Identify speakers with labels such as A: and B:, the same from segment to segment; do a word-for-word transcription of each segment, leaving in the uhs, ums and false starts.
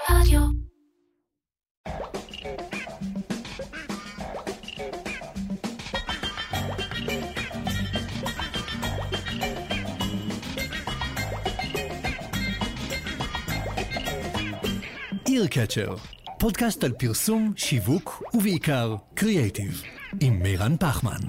A: רדיו.
B: אירקצ'ר, פודקאסט על פרסום, שיווק ובעיקר קריאייטיב, עם מירן פחמן.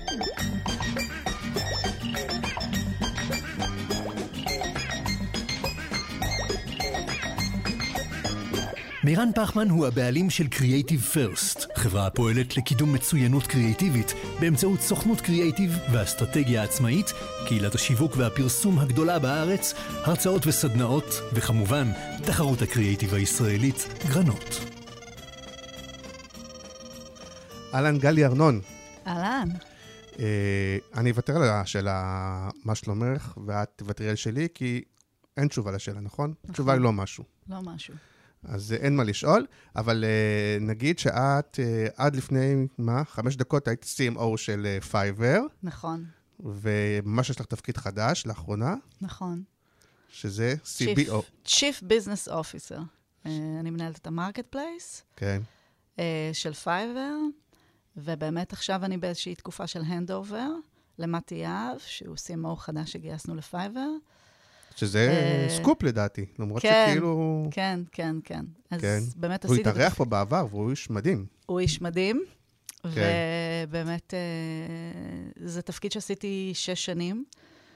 B: מירן פחמן הוא הבעלים של קריאייטיב פירסט, חברה הפועלת לקידום מצוינות קריאייטיבית באמצעות סוכנות קריאייטיב ואסטרטגיה עצמאית, קהילת השיווק והפרסום הגדולה בארץ, הרצאות וסדנאות, וכמובן, תחרות הקריאייטיב הישראלית, גרנות.
C: אהלן, גלי ארנון.
D: אהלן.
C: אה, אני אוותר על השאלה מה שלומך, ואת תוותרי על שלי, כי אין תשובה לשאלה, נכון? נכון. התשובה היא לא משהו.
D: לא משהו.
C: אז אין מה לשאול, אבל uh, נגיד שאת uh, עד לפני, מה, חמש דקות היית סי אם או של פייבר. Uh,
D: נכון.
C: וממש יש לך תפקיד חדש לאחרונה.
D: נכון.
C: שזה סי בי או.
D: Chief Business Officer. Uh, אני מנהלת את המרקט פלייס.
C: כן.
D: Uh, של פייבר, ובאמת עכשיו אני באיזושהי תקופה של הנדאובר, למתי יהב, שהוא סי אם או חדש שגייסנו לפייבר.
C: שזה סקופ לדעתי, למרות שכאילו...
D: כן, כן, כן. אז באמת
C: עשיתי... הוא התארח פה בעבר, והוא איש מדהים.
D: הוא איש מדהים, ובאמת זה תפקיד שעשיתי שש שנים.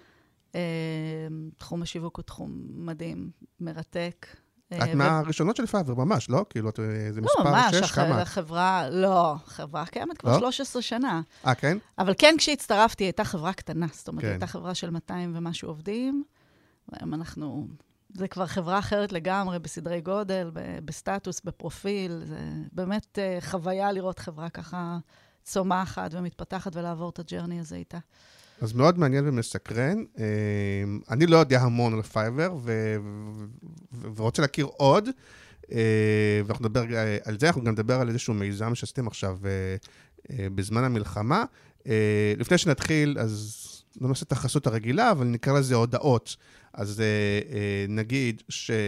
D: תחום השיווק הוא תחום מדהים, מרתק.
C: את מהראשונות של פייבר, ממש, לא? כאילו, זה מספר שש, כמה?
D: לא, ממש, החברה, לא, חברה קיימת כבר שלוש עשרה שנה.
C: אה, כן?
D: אבל כן, כשהצטרפתי, הייתה חברה קטנה, זאת אומרת, הייתה חברה של מאתיים ומשהו עובדים, והיום אנחנו, זה כבר חברה אחרת לגמרי, בסדרי גודל, בסטטוס, בפרופיל, זה באמת חוויה לראות חברה ככה צומחת ומתפתחת ולעבור את הג'רני הזה איתה.
C: אז מאוד מעניין ומסקרן. אני לא יודע המון על פייבר, ורוצה להכיר עוד, ואנחנו נדבר על זה, אנחנו גם נדבר על איזשהו מיזם שעשיתם עכשיו בזמן המלחמה. לפני שנתחיל, אז לא נעשה את החסות הרגילה, אבל נקרא לזה הודעות. אז נגיד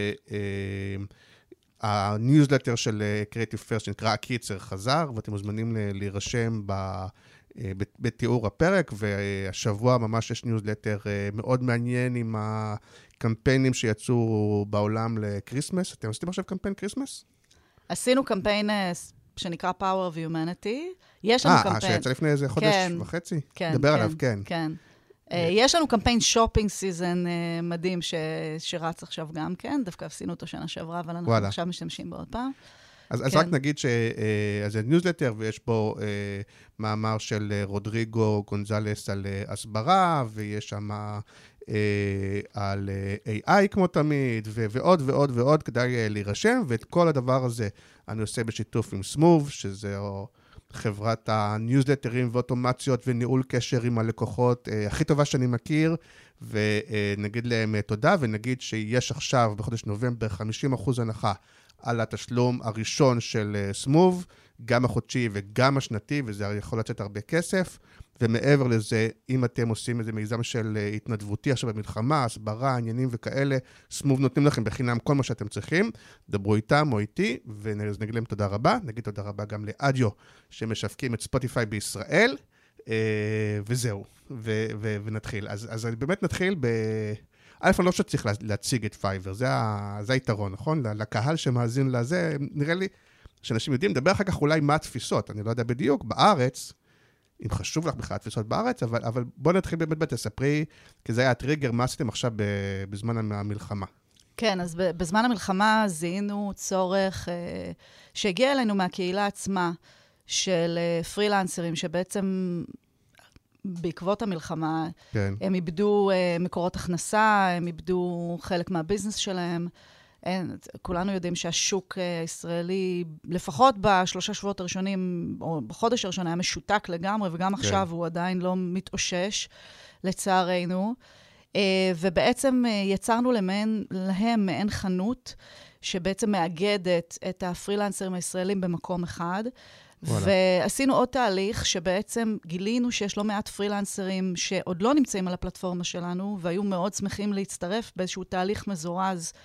C: שהניוזלטר של Creative First, שנקרא הקיצר, חזר, ואתם מוזמנים להירשם בתיאור הפרק, והשבוע ממש יש ניוזלטר מאוד מעניין עם הקמפיינים שיצאו בעולם לקריסמס. אתם עשיתם עכשיו קמפיין קריסמס?
D: עשינו קמפיין שנקרא Power of Humanity. יש לנו קמפיין...
C: אה, שיצא לפני איזה חודש וחצי?
D: כן,
C: דבר עליו, כן.
D: כן. יש לנו קמפיין שופינג סיזן מדהים שרץ עכשיו גם כן, דווקא עשינו אותו שנה שעברה, אבל אנחנו עכשיו משתמשים בו עוד פעם.
C: אז רק נגיד שזה ניוזלטר, ויש פה מאמר של רודריגו גונזלס על הסברה, ויש שם על איי איי כמו תמיד, ועוד ועוד ועוד כדאי להירשם, ואת כל הדבר הזה אני עושה בשיתוף עם סמוב, שזה חברת הניוזלטרים ואוטומציות וניהול קשר עם הלקוחות הכי טובה שאני מכיר, ונגיד להם תודה, ונגיד שיש עכשיו בחודש נובמבר חמישים אחוז הנחה על התשלום הראשון של סמוב, גם החודשי וגם השנתי, וזה יכול לצאת הרבה כסף, ומעבר לזה, אם אתם עושים איזה מיזם של התנדבותי עכשיו במלחמה, הסברה, עניינים וכאלה, סמוב נותנים לכם בחינם כל מה שאתם צריכים, דברו איתם או איתי, ונגיד להם תודה רבה, נגיד תודה רבה גם לאדיו, שמשווקים את ספוטיפיי בישראל, וזהו, ו- ו- ונתחיל. אז, אז באמת נתחיל ב... א', אני לא חושב שצריך להציג את פייבר, זה, ה... זה היתרון, נכון? לקהל שמאזין לזה, נראה לי שאנשים יודעים, מדבר אחר כך אולי מה התפיסות, אני לא יודע בדיוק, בארץ, אם חשוב לך בכלל התפיסות בארץ, אבל, אבל בוא נתחיל באמת בתספרי, כי זה היה הטריגר, מה עשיתם עכשיו בזמן המלחמה?
D: כן, אז בזמן המלחמה זיהינו צורך אה, שהגיע אלינו מהקהילה עצמה, של אה, פרילנסרים, שבעצם בעקבות המלחמה, כן. הם איבדו אה, מקורות הכנסה, הם איבדו חלק מהביזנס שלהם, אין, כולנו יודעים שהשוק הישראלי, לפחות בשלושה שבועות הראשונים, או בחודש הראשון, היה משותק לגמרי, וגם כן. עכשיו הוא עדיין לא מתאושש, לצערנו. ובעצם יצרנו להם, להם מעין חנות, שבעצם מאגדת את הפרילנסרים הישראלים במקום אחד, וואלה. ועשינו עוד תהליך שבעצם גילינו שיש לא מעט פרילנסרים שעוד לא נמצאים על הפלטפורמה שלנו, והיו מאוד שמחים להצטרף באיזשהו תהליך מזורז,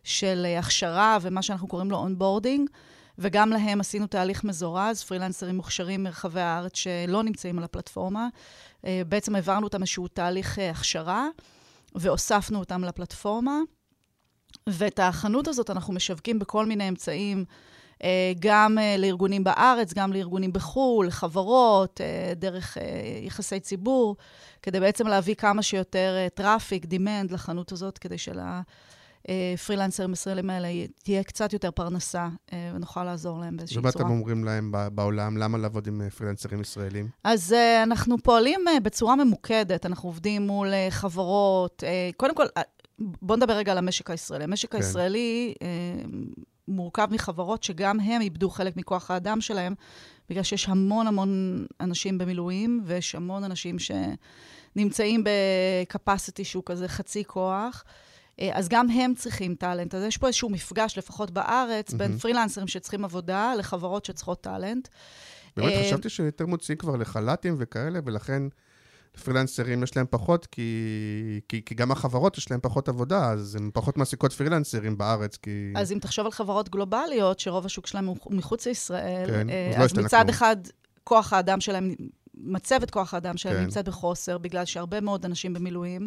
D: של הכשרה ומה שאנחנו קוראים לו אונבורדינג, וגם להם עשינו תהליך מזורז, פרילנסרים מוכשרים מרחבי הארץ שלא נמצאים על הפלטפורמה. בעצם העברנו אותם איזשהו תהליך הכשרה, והוספנו אותם לפלטפורמה, ואת החנות הזאת אנחנו משווקים בכל מיני אמצעים, גם לארגונים בארץ, גם לארגונים בחו"ל, לחברות, דרך יחסי ציבור, כדי בעצם להביא כמה שיותר טראפיק, דימנד לחנות הזאת, כדי שלפרילנסרים ישראלים האלה תהיה קצת יותר פרנסה, ונוכל לעזור להם באיזושהי צורה.
C: ומה אתם אומרים להם בעולם? למה לעבוד עם פרילנסרים ישראלים?
D: אז אנחנו פועלים בצורה ממוקדת, אנחנו עובדים מול חברות. קודם כל, בוא נדבר רגע על המשק הישראלי. המשק כן. הישראלי מורכב מחברות שגם הם איבדו חלק מכוח האדם שלהם, בגלל שיש המון המון אנשים במילואים, ויש המון אנשים שנמצאים בקפסיטי שהוא כזה חצי כוח, אז גם הם צריכים טלנט. אז יש פה איזשהו מפגש, לפחות בארץ, mm-hmm. בין פרילנסרים שצריכים עבודה, לחברות שצריכות טלנט.
C: באמת חשבתי שיותר מוצאים כבר לחל"תים וכאלה, ולכן פרילנסרים יש להם פחות, כי, כי, כי גם החברות יש להם פחות עבודה, אז הם פחות מעסיקות פרילנסרים בארץ. כי...
D: אז אם תחשוב על חברות גלובליות, שרוב השוק שלהם הוא מחוץ לישראל,
C: כן,
D: אז,
C: לא
D: אז מצד
C: כמו.
D: אחד, כוח האדם שלהם, מצבת כוח האדם שלהם
C: כן.
D: נמצאת בחוסר, בגלל שהרבה מאוד אנשים במילואים,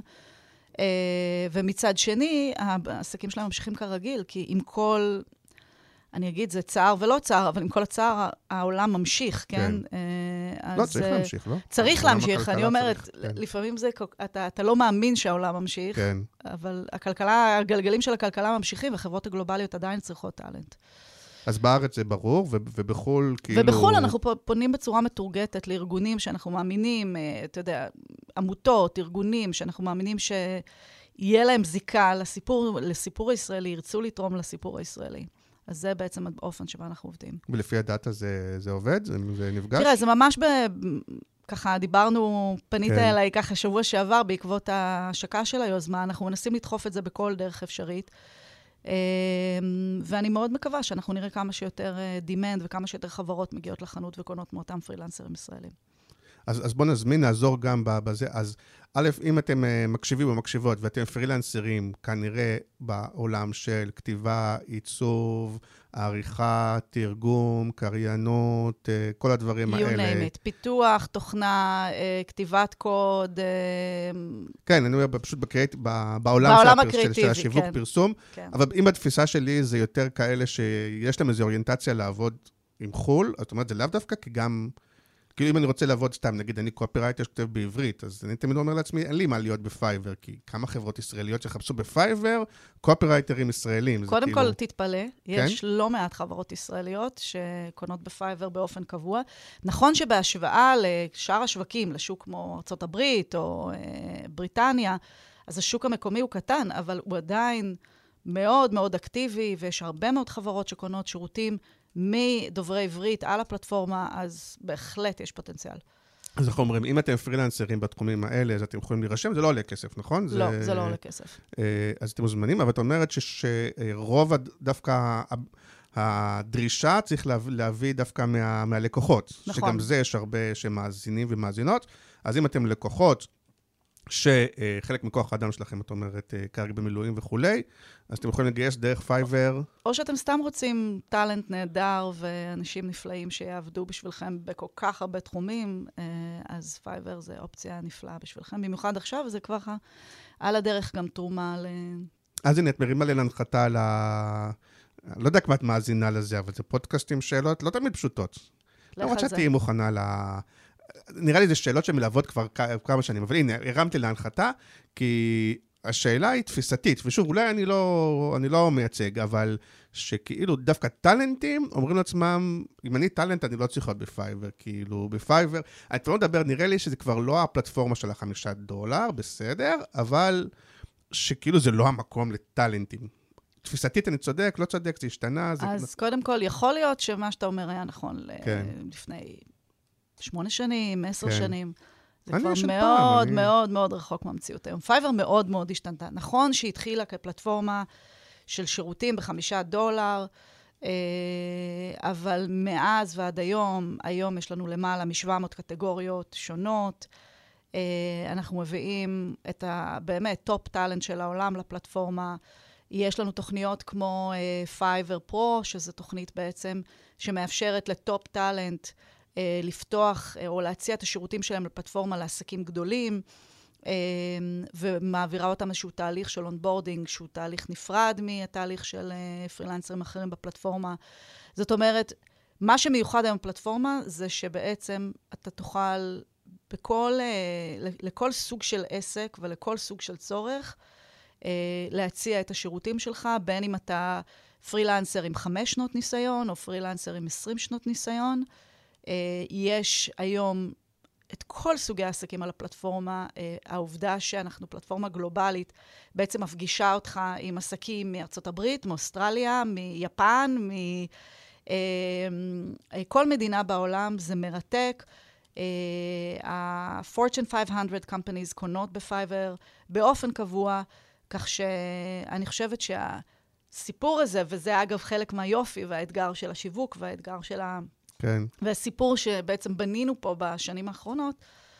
D: ומצד שני, העסקים שלהם ממשיכים כרגיל, כי עם כל... אני אגיד, זה צער ולא צער, אבל עם כל הצער, העולם ממשיך, כן?
C: לא, צריך להמשיך, לא?
D: צריך להמשיך, אני אומרת, לפעמים זה, אתה לא מאמין שהעולם ממשיך, אבל הכלכלה, הגלגלים של הכלכלה ממשיכים, וחברות הגלובליות עדיין צריכות טלנט.
C: אז בארץ זה ברור, ובחול כאילו...
D: ובחול אנחנו פונים בצורה מתורגטת לארגונים שאנחנו מאמינים, אתה יודע, עמותות, ארגונים, שאנחנו מאמינים שיהיה להם זיקה לסיפור, לסיפור הישראלי, ירצו לתרום לסיפור הישראלי. אז זה בעצם האופן שבה אנחנו עובדים.
C: ולפי הדאטה זה, זה עובד? זה, זה נפגש?
D: תראה, זה ממש ב... ככה, דיברנו, פנית כן. אליי ככה שבוע שעבר, בעקבות ההשקה של היוזמה, אנחנו מנסים לדחוף את זה בכל דרך אפשרית, ואני מאוד מקווה שאנחנו נראה כמה שיותר דימנד, וכמה שיותר חברות מגיעות לחנות וקונות מאותם פרילנסרים ישראלים.
C: אז, אז בוא נזמין, נעזור גם בזה. אז א', אם אתם מקשיבים ומקשיבות, ואתם פרילנסרים, כנראה בעולם של כתיבה, עיצוב, עריכה, תרגום, קריינות, כל הדברים
D: you
C: האלה.
D: You name it. פיתוח, תוכנה, כתיבת קוד.
C: כן, אני אומר, פשוט בקריאט, בעולם,
D: בעולם
C: של, של, של השיווק
D: כן.
C: פרסום.
D: כן.
C: אבל אם התפיסה שלי זה יותר כאלה שיש להם איזו אוריינטציה לעבוד עם חול, זאת אומרת, זה לאו דווקא, כי גם... כאילו אם אני רוצה לעבוד סתם, נגיד אני קופרייטר שכותב בעברית, אז אני תמיד אומר לעצמי, אין לי מה להיות בפייבר, כי כמה חברות ישראליות שחפשו בפייבר, קופרייטרים ישראלים.
D: קודם
C: כאילו...
D: כל תתפלא, יש כן? לא מעט חברות ישראליות שקונות בפייבר באופן קבוע. נכון שבהשוואה לשאר השווקים, לשוק כמו ארצות הברית או אה, בריטניה, אז השוק המקומי הוא קטן, אבל הוא עדיין מאוד מאוד אקטיבי, ויש הרבה מאוד חברות שקונות שירותים מדוברי עברית על הפלטפורמה, אז בהחלט יש פוטנציאל.
C: אז אנחנו אומרים, אם אתם פרילנסרים בתחומים האלה, אז אתם יכולים להירשם, זה לא עולה כסף, נכון?
D: לא, זה, זה לא עולה כסף.
C: אז אתם מוזמנים, אבל את אומרת שרוב דווקא הדרישה צריך להביא דווקא מה, מהלקוחות. נכון. שגם זה יש הרבה שמאזינים ומאזינות. אז אם אתם לקוחות, שחלק מכוח האדם שלכם, את אומרת, כרגע במילואים וכולי, אז אתם יכולים לגייס דרך פייבר.
D: או שאתם סתם רוצים טלנט נהדר ואנשים נפלאים שיעבדו בשבילכם בכל כך הרבה תחומים, אז פייבר זה אופציה נפלאה בשבילכם. במיוחד עכשיו, זה כבר על הדרך גם תרומה ל... אז
C: הנה, את מרימה לי להנחתה על ה... לא יודע כמה את מאזינה לזה, אבל זה פודקאסט עם שאלות לא תמיד פשוטות. למרות שאת תהיי מוכנה ל... נראה לי זה שאלות שמלוות כבר כמה שנים, אבל הנה, הרמתי להנחתה, כי השאלה היא תפיסתית, ושוב, אולי אני לא, אני לא מייצג, אבל שכאילו דווקא טלנטים אומרים לעצמם, אם אני טלנט, אני לא צריך להיות בפייבר, כאילו בפייבר, אני לא מדבר, נראה לי שזה כבר לא הפלטפורמה של החמישה דולר, בסדר, אבל שכאילו זה לא המקום לטלנטים. תפיסתית אני צודק, לא צודק, זה השתנה.
D: אז זה... קודם כל, יכול להיות שמה שאתה אומר היה נכון כן. לפני... שמונה שנים, עשר כן. שנים. זה כבר מאוד פעם, מאוד אני... מאוד רחוק מהמציאות היום. פייבר מאוד מאוד השתנתה. נכון שהיא התחילה כפלטפורמה של שירותים בחמישה דולר, אבל מאז ועד היום, היום יש לנו למעלה מ-שבע מאות קטגוריות שונות. אנחנו מביאים את ה... באמת טופ טלנט של העולם לפלטפורמה. יש לנו תוכניות כמו uh, Fiverr Pro, שזו תוכנית בעצם שמאפשרת לטופ טלנט uh, לפתוח uh, או להציע את השירותים שלהם לפלטפורמה לעסקים גדולים, uh, ומעבירה אותם איזשהו תהליך של אונבורדינג, שהוא תהליך נפרד מהתהליך של uh, פרילנסרים אחרים בפלטפורמה. זאת אומרת, מה שמיוחד היום בפלטפורמה זה שבעצם אתה תוכל בכל, uh, לכל סוג של עסק ולכל סוג של צורך, להציע את השירותים שלך, בין אם אתה פרילנסר עם חמש שנות ניסיון, או פרילנסר עם עשרים שנות ניסיון. יש היום את כל סוגי העסקים על הפלטפורמה. העובדה שאנחנו פלטפורמה גלובלית, בעצם מפגישה אותך עם עסקים מארצות הברית, מאוסטרליה, מיפן, מכל מדינה בעולם, זה מרתק. ה-Fortune חמש מאות companies קונות בפייבר באופן קבוע, כך שאני חושבת שהסיפור הזה, וזה אגב חלק מהיופי והאתגר של השיווק והאתגר של ה...
C: כן.
D: והסיפור שבעצם בנינו פה בשנים האחרונות,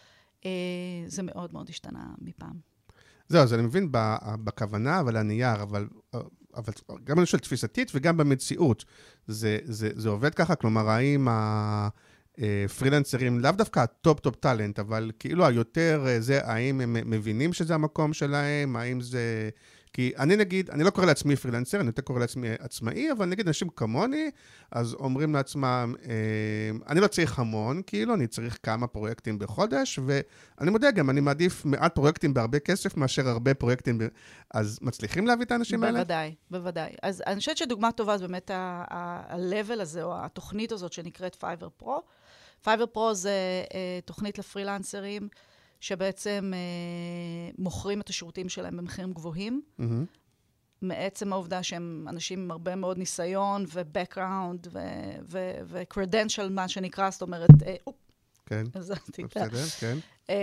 D: זה מאוד מאוד השתנה מפעם.
C: זהו, אז אני מבין בכוונה, אבל הנייר, אבל, אבל גם אני חושב תפיסתית וגם במציאות, זה, זה, זה עובד ככה, כלומר, האם ה... פרילנסרים, לאו דווקא הטופ-טופ טלנט, אבל כאילו היותר זה, האם הם מבינים שזה המקום שלהם, האם זה... כי אני נגיד, אני לא קורא לעצמי פרילנסר, אני יותר קורא לעצמי עצמאי, אבל נגיד אנשים כמוני, אז אומרים לעצמם, אני לא צריך המון, כאילו, אני צריך כמה פרויקטים בחודש, ואני מודה גם, אני מעדיף מעט פרויקטים בהרבה כסף, מאשר הרבה פרויקטים, אז מצליחים להביא את האנשים האלה?
D: בוודאי, בוודאי. אז אני חושבת שדוגמה טובה, זה באמת ה-level הזה, או התוכנית הזאת שנקראת Fiverr Pro. Fiverr Pro זה תוכנית לפרילנסרים, שבעצם אה, מוכרים את השירותים שלהם במחירים גבוהים, mm-hmm. מעצם העובדה שהם אנשים עם הרבה מאוד ניסיון ו-background ו-credential, מה שנקרא, זאת אומרת, אה, אופ,
C: כן, בסדר, כן.
D: אה,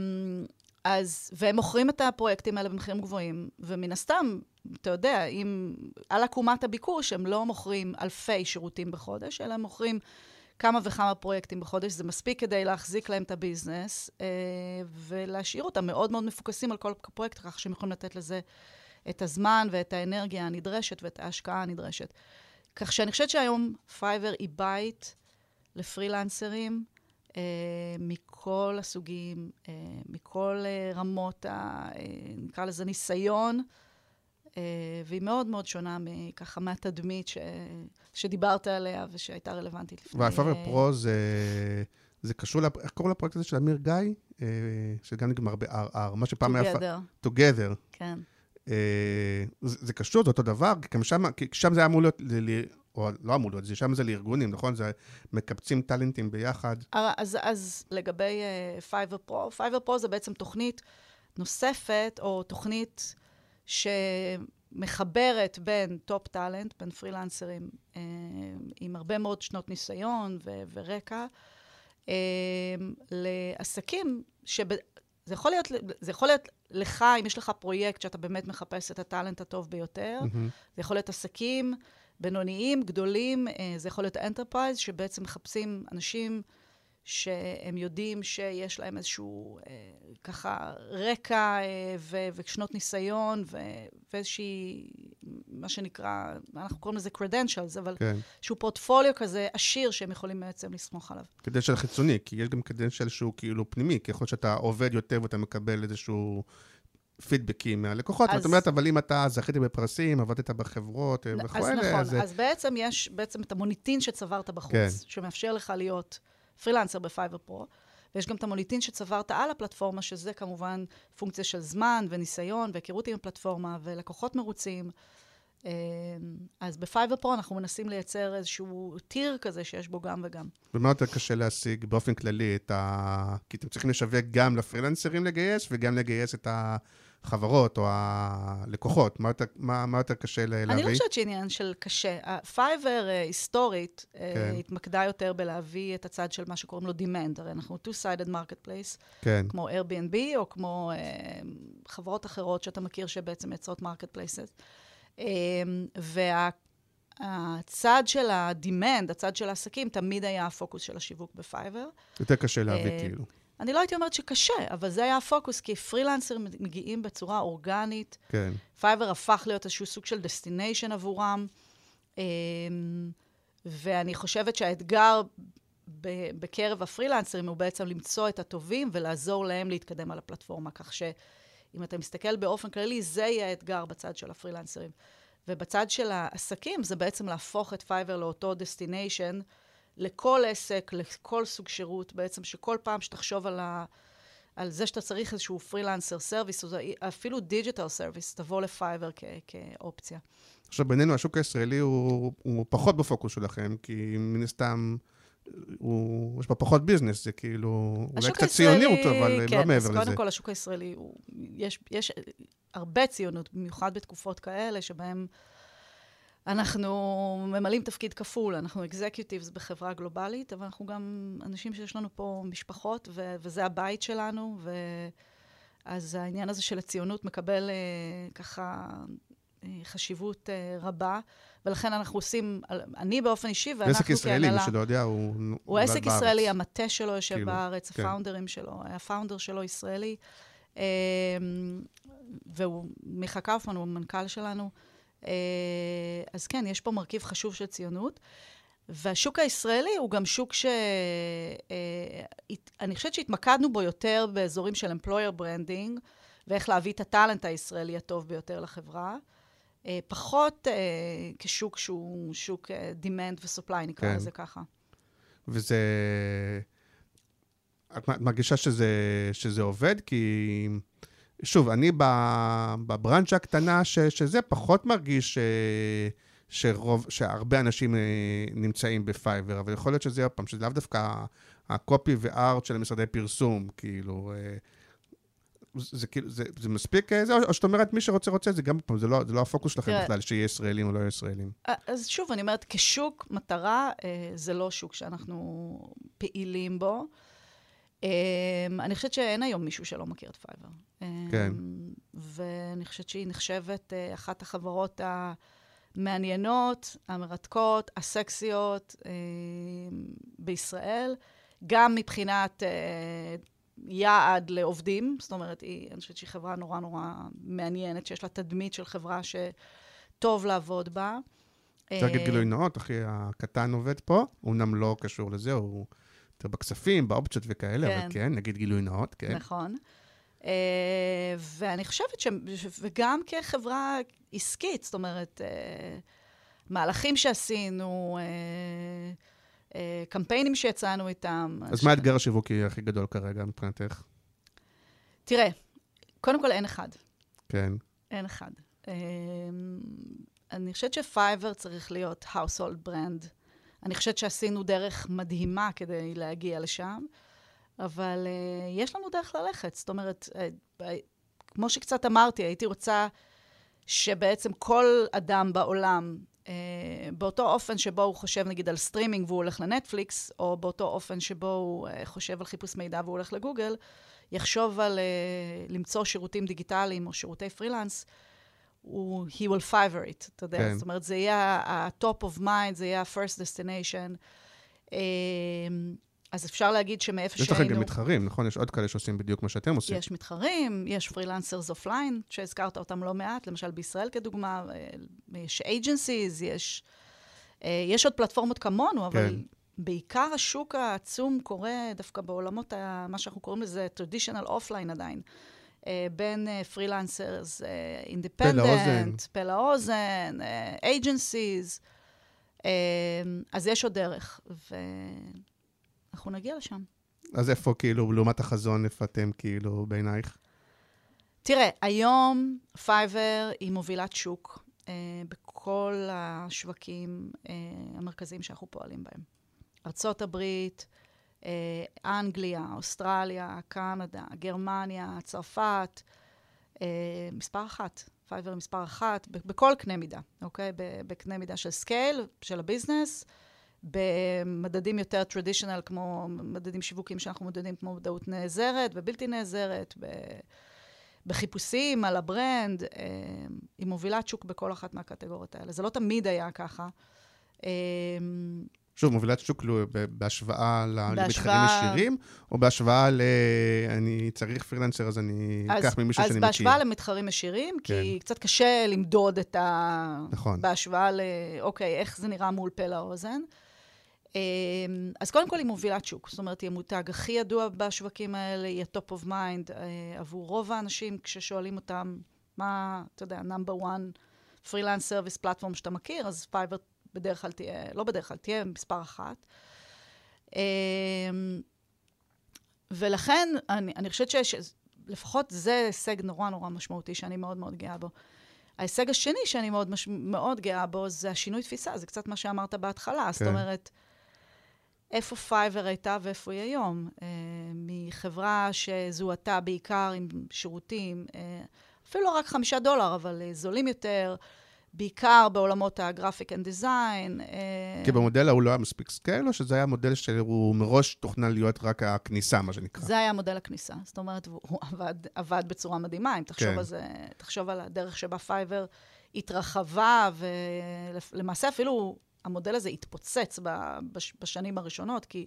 D: אז, והם מוכרים את הפרויקטים האלה במחירים גבוהים, ומן הסתם, אתה יודע, אם על עקומת הביקוש, הם לא מוכרים אלפי שירותים בחודש, אלא הם מוכרים כמה וכמה פרויקטים בחודש, זה מספיק כדי להחזיק להם את הביזנס, אה, ולהשאיר אותם מאוד מאוד מפוקסים על כל פרויקט, כך שהם יכולים לתת לזה את הזמן ואת האנרגיה הנדרשת ואת ההשקעה הנדרשת. כך שאני חושבת שהיום פייבר היא בית לפרילנסרים, אה, מכל הסוגים, אה, מכל אה, רמות, ה, אה, נקרא לזה ניסיון, והיא מאוד מאוד שונה מככה מהתדמית ש... שדיברת עליה ושהייתה רלוונטית לפני.
C: והפייבר פרו זה, זה קשור, לפ... איך קוראים לפרויקט הזה של אמיר גיא? שגם נגמר ב-אר אר, מה שפעם היה...
D: Together.
C: Together.
D: כן.
C: זה, זה קשור, זה אותו דבר, כי שם, כי שם זה אמור להיות, ל... או לא אמור להיות, זה שם זה לארגונים, נכון? זה מקבצים טלנטים ביחד.
D: אז, אז לגבי פייבר פרו, פייבר פרו זה בעצם תוכנית נוספת, או תוכנית... שמחברת בין טופ טלנט, בין פרילנסרים אה, עם הרבה מאוד שנות ניסיון ו- ורקע, אה, לעסקים שזה יכול להיות, זה יכול להיות לך, אם יש לך פרויקט שאתה באמת מחפש את הטלנט הטוב ביותר, mm-hmm. זה יכול להיות עסקים בינוניים, גדולים, אה, זה יכול להיות אנטרפרייז, שבעצם מחפשים אנשים שהם יודעים שיש להם איזשהו אה, ככה רקע אה, ו- ושנות ניסיון ו- ואיזושהי, מה שנקרא, אנחנו קוראים לזה credentials, אבל כן. שהוא פורטפוליו כזה עשיר שהם יכולים בעצם לסמוך עליו.
C: קדנשל חיצוני, כי יש גם קדנשל שהוא כאילו פנימי, ככל שאתה עובד יותר ואתה מקבל איזשהו פידבקים מהלקוחות, זאת אומרת, אבל אם אתה זכית בפרסים, עבדת בחברות וכו'
D: אז נכון, אז בעצם יש בעצם את המוניטין שצברת בחוץ, שמאפשר לך להיות פרילנסר בפייבר פרו, ויש גם את המוניטין שצברת על הפלטפורמה, שזה כמובן פונקציה של זמן וניסיון, והיכרות עם הפלטפורמה, ולקוחות מרוצים. אז בפייבר פרו אנחנו מנסים לייצר איזשהו טיר כזה שיש בו גם וגם.
C: ומה יותר קשה להשיג באופן כללי את ה... כי אתם צריכים לשווק גם לפרילנסרים לגייס, וגם לגייס את החברות או הלקוחות. מה יותר, מה, מה יותר קשה להביא?
D: אני לא חושבת שעניין של קשה. פייבר היסטורית
C: כן.
D: התמקדה יותר בלהביא את הצד של מה שקוראים לו demand. הרי אנחנו two-sided marketplace,
C: כן.
D: כמו Airbnb, או כמו uh, חברות אחרות שאתה מכיר שבעצם יצרות marketplaces. והצד של ה-demand, הצד של העסקים, תמיד היה הפוקוס של השיווק בפייבר.
C: יותר קשה להביא כאילו.
D: אני לא הייתי אומרת שקשה, אבל זה היה הפוקוס, כי פרילנסרים מגיעים בצורה אורגנית.
C: כן.
D: פייבר הפך להיות איזשהו סוג של דסטיניישן עבורם, ואני חושבת שהאתגר בקרב הפרילנסרים הוא בעצם למצוא את הטובים ולעזור להם להתקדם על הפלטפורמה, כך שאם אתה מסתכל באופן כללי, זה יהיה האתגר בצד של הפרילנסרים. ובצד של העסקים, זה בעצם להפוך את פייבר לאותו דסטיניישן, לכל עסק, לכל סוג שירות, בעצם שכל פעם שתחשוב על, ה, על זה שאתה צריך איזשהו פרילנסר סרוויס, או אפילו דיג'יטל סרוויס, תבוא לפייבר כ, כאופציה.
C: עכשיו, בינינו, השוק הישראלי הוא, הוא פחות בפוקוס שלכם, כי מן הסתם, הוא, יש בה פחות ביזנס, זה כאילו, אולי קצת ציוניות, אבל
D: כן,
C: לא מעבר
D: לזה.
C: לזה.
D: קודם כל, השוק הישראלי, הוא, יש, יש הרבה ציונות, במיוחד בתקופות כאלה, שבהם אנחנו ממלאים תפקיד כפול, אנחנו אקזקיוטיבס בחברה גלובלית, אבל אנחנו גם אנשים שיש לנו פה משפחות, ו- וזה הבית שלנו, ואז העניין הזה של הציונות מקבל uh, ככה uh, חשיבות uh, רבה, ולכן אנחנו עושים, אני באופן אישי, ואנחנו
C: עסק ישראלי, מי שלא יודע, הוא
D: הוא עסק ישראלי, המטה שלו יושב
C: כאילו,
D: בארץ,
C: כן.
D: הפאונדרים שלו, הפאונדר שלו ישראלי, uh, והוא, מיכה קאופמן, הוא המנכ"ל שלנו, אז כן, יש פה מרכיב חשוב של ציונות, והשוק הישראלי הוא גם שוק ש... אני חושבת שהתמקדנו בו יותר באזורים של employer branding, ואיך להביא את הטלנט הישראלי הטוב ביותר לחברה, פחות כשוק שהוא שוק demand ו-supply, נקרא לזה ככה.
C: וזה... את מרגישה שזה, שזה עובד? כי... שוב, אני בברנצ'ה הקטנה, ש, שזה פחות מרגיש ש, שרוב, שהרבה אנשים נמצאים בפייבר, אבל יכול להיות שזה עוד פעם, שזה לאו דווקא הקופי וארט של המשרדי פרסום, כאילו, זה, זה, זה, זה מספיק, זה, או שאת אומרת, מי שרוצה רוצה, זה גם, זה לא, זה לא הפוקוס שלכם בכלל, שיהיה ישראלים או לא ישראלים.
D: אז שוב, אני אומרת, כשוק מטרה, זה לא שוק שאנחנו פעילים בו, Um, אני חושבת שאין היום מישהו שלא מכיר את פייבר.
C: כן.
D: Um, ואני חושבת שהיא נחשבת uh, אחת החברות המעניינות, המרתקות, הסקסיות uh, בישראל, גם מבחינת uh, יעד לעובדים, זאת אומרת, היא, אני חושבת שהיא חברה נורא נורא מעניינת, שיש לה תדמית של חברה שטוב לעבוד בה.
C: צריך להגיד גילוי נאות, אחי הקטן עובד פה, הוא אמנם לא קשור לזה, הוא... יותר בכספים, באופציות וכאלה, כן. אבל כן, נגיד גילוי נאות, כן.
D: נכון. Uh, ואני חושבת ש... וגם כחברה עסקית, זאת אומרת, uh, מהלכים שעשינו, uh, uh, קמפיינים שיצאנו איתם.
C: אז ש... מה האתגר השיווקי הכי גדול כרגע מבחינתך?
D: תראה, קודם כל אין אחד.
C: כן.
D: אין אחד. Uh, אני חושבת שפייבר צריך להיות household brand, אני חושבת שעשינו דרך מדהימה כדי להגיע לשם, אבל uh, יש לנו דרך ללכת. זאת אומרת, uh, uh, כמו שקצת אמרתי, הייתי רוצה שבעצם כל אדם בעולם, uh, באותו אופן שבו הוא חושב נגיד על סטרימינג והוא הולך לנטפליקס, או באותו אופן שבו הוא uh, חושב על חיפוש מידע והוא הולך לגוגל, יחשוב על uh, למצוא שירותים דיגיטליים או שירותי פרילנס, הוא, he will favor it, אתה יודע. זאת אומרת, זה יהיה ה-top of mind, זה יהיה ה-first destination. אז אפשר להגיד שמאיפה שהיינו...
C: יש לכם גם מתחרים, נכון? יש עוד כאלה שעושים בדיוק מה שאתם עושים.
D: יש מתחרים, יש פרילנסרס אופליין, שהזכרת אותם לא מעט, למשל בישראל כדוגמה, יש agencies, יש, יש עוד פלטפורמות כמונו, אבל בעיקר השוק העצום קורה דווקא בעולמות, מה שאנחנו קוראים לזה, traditional offline עדיין. בין פרילנסרס, אינדיפנדנט, פלא אוזן, אייג'נסיז, אז יש עוד דרך, ואנחנו נגיע לשם.
C: אז איפה כאילו, לעומת החזון, איפה אתם כאילו בעינייך?
D: תראה, היום פייבר היא מובילת שוק בכל השווקים המרכזיים שאנחנו פועלים בהם. ארצות הברית, אנגליה, אוסטרליה, קנדה, גרמניה, צרפת, מספר אחת, פייבר מספר אחת, בכל קנה מידה, אוקיי? בקנה מידה של סקייל, של הביזנס, במדדים יותר טרדישיונל, כמו מדדים שיווקים שאנחנו מודדים, כמו מודעות נעזרת ובלתי נעזרת, בחיפושים על הברנד, היא מובילת שוק בכל אחת מהקטגוריות האלה. זה לא תמיד היה ככה.
C: שוב, מובילת שוק בהשוואה למתחרים ישירים, או בהשוואה ל... אני צריך פרילנסר, אז אני אקח ממישהו שאני מכיר.
D: אז בהשוואה למתחרים ישירים, כי קצת קשה למדוד את ה...
C: נכון.
D: בהשוואה ל... אוקיי, איך זה נראה מול פה לאוזן. אז קודם כל היא מובילת שוק. זאת אומרת, היא המותג הכי ידוע בשווקים האלה, היא ה-top of mind עבור רוב האנשים, כששואלים אותם מה, אתה יודע, number one freelance service platform שאתה מכיר, אז Fiverr בדרך כלל תהיה, לא בדרך כלל, תהיה מספר אחת. ולכן, אני, אני חושבת שלפחות זה הישג נורא נורא משמעותי, שאני מאוד מאוד גאה בו. ההישג השני שאני מאוד, מאוד גאה בו, זה השינוי תפיסה, זה קצת מה שאמרת בהתחלה. כן. זאת אומרת, איפה Fiverr הייתה ואיפה היא היום? מחברה שזוהתה בעיקר עם שירותים, אפילו לא רק חמישה דולר, אבל זולים יותר, בעיקר בעולמות הגרפיק אנד דיזיין.
C: כי במודל הוא לא היה מספיק סקייל, או שזה היה מודל שהוא מראש תוכנן להיות רק הכניסה, מה שנקרא?
D: זה היה מודל הכניסה. זאת אומרת, הוא עבד, עבד בצורה מדהימה. אם תחשוב כן. על זה, תחשוב על הדרך שבה Fiverr התרחבה, ולמעשה אפילו המודל הזה התפוצץ בשנים הראשונות, כי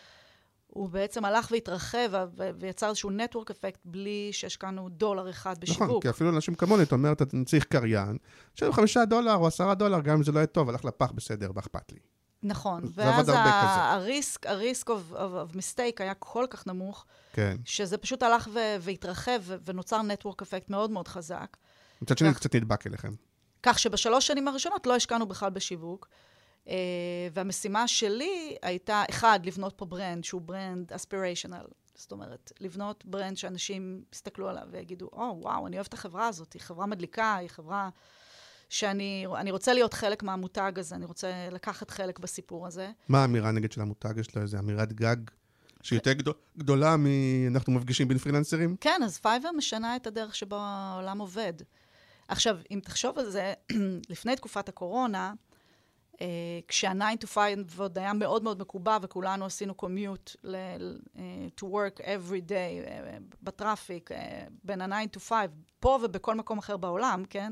D: הוא בעצם הלך והתרחב ויצר איזשהו נטוורק אפקט בלי שהשקענו דולר אחד בשיווק.
C: נכון, כי אפילו אנשים כמוני, אתה אומר, אתה צריך קריין, שיש חמישה דולר או עשרה דולר, גם אם זה לא יהיה טוב, הלך לפח בסדר, באכפת לי.
D: נכון, ואז הריסק, הריסק of mistake היה כל כך נמוך, שזה פשוט הלך והתרחב ונוצר נטוורק אפקט מאוד מאוד חזק.
C: מצד שני, קצת נדבק אליכם.
D: כך שבשלוש שנים הראשונות לא השקענו בכלל בשיווק, Uh, והמשימה שלי הייתה, אחד, לבנות פה ברנד, שהוא ברנד אספיריישנל. זאת אומרת, לבנות ברנד שאנשים יסתכלו עליו ויגידו, או, oh, וואו, אני אוהבת את החברה הזאת, היא חברה מדליקה, היא חברה שאני אני רוצה להיות חלק מהמותג הזה, אני רוצה לקחת חלק בסיפור הזה.
C: מה האמירה נגד של המותג? יש לו איזו אמירת גג שהיא יותר גדול, גדולה מאנחנו מפגישים בין פרילנסרים?
D: כן, אז Fiverr משנה את הדרך שבו העולם עובד. עכשיו, אם תחשוב על זה, לפני תקופת הקורונה, Uh, כשה-nine to five עוד היה מאוד מאוד מקובע, וכולנו עשינו commute ל- uh, to work every day, uh, בטראפיק, uh, בין ה-nine to five, פה ובכל מקום אחר בעולם, כן?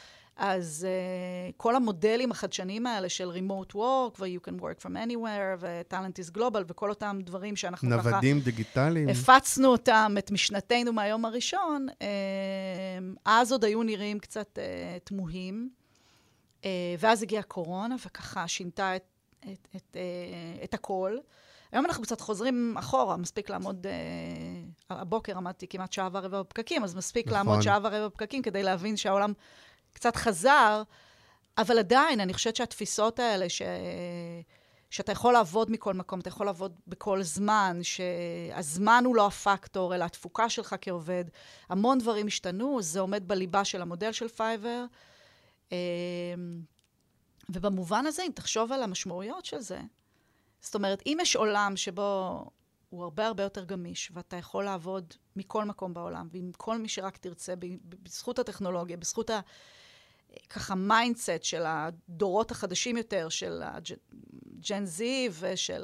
D: אז uh, כל המודלים החדשניים האלה של remote work, ו-you can work from anywhere, ו-talent is global, וכל אותם דברים שאנחנו
C: נוודים,
D: ככה...
C: נוודים דיגיטליים.
D: הפצנו אותם, את משנתנו מהיום הראשון, uh, אז עוד היו נראים קצת uh, תמוהים, Uh, ואז הגיעה קורונה, וככה שינתה את, את, את, uh, את הכל. היום אנחנו קצת חוזרים אחורה, מספיק לעמוד, uh, הבוקר עמדתי כמעט שעה ורבע בפקקים, אז מספיק נכון. לעמוד שעה ורבע בפקקים, כדי להבין שהעולם קצת חזר, אבל עדיין, אני חושבת שהתפיסות האלה, ש... שאתה יכול לעבוד מכל מקום, אתה יכול לעבוד בכל זמן, שהזמן הוא לא הפקטור, אלא התפוקה שלך כעובד. המון דברים השתנו, זה עומד בליבה של המודל של Fiverr, ובמובן הזה, אם תחשוב על המשמעויות של זה, זאת אומרת, אם יש עולם שבו הוא הרבה הרבה יותר גמיש, ואתה יכול לעבוד מכל מקום בעולם, ועם כל מי שרק תרצה, בזכות הטכנולוגיה, בזכות ה... ככה מיינדסט של הדורות החדשים יותר, של הג'ן זי ושל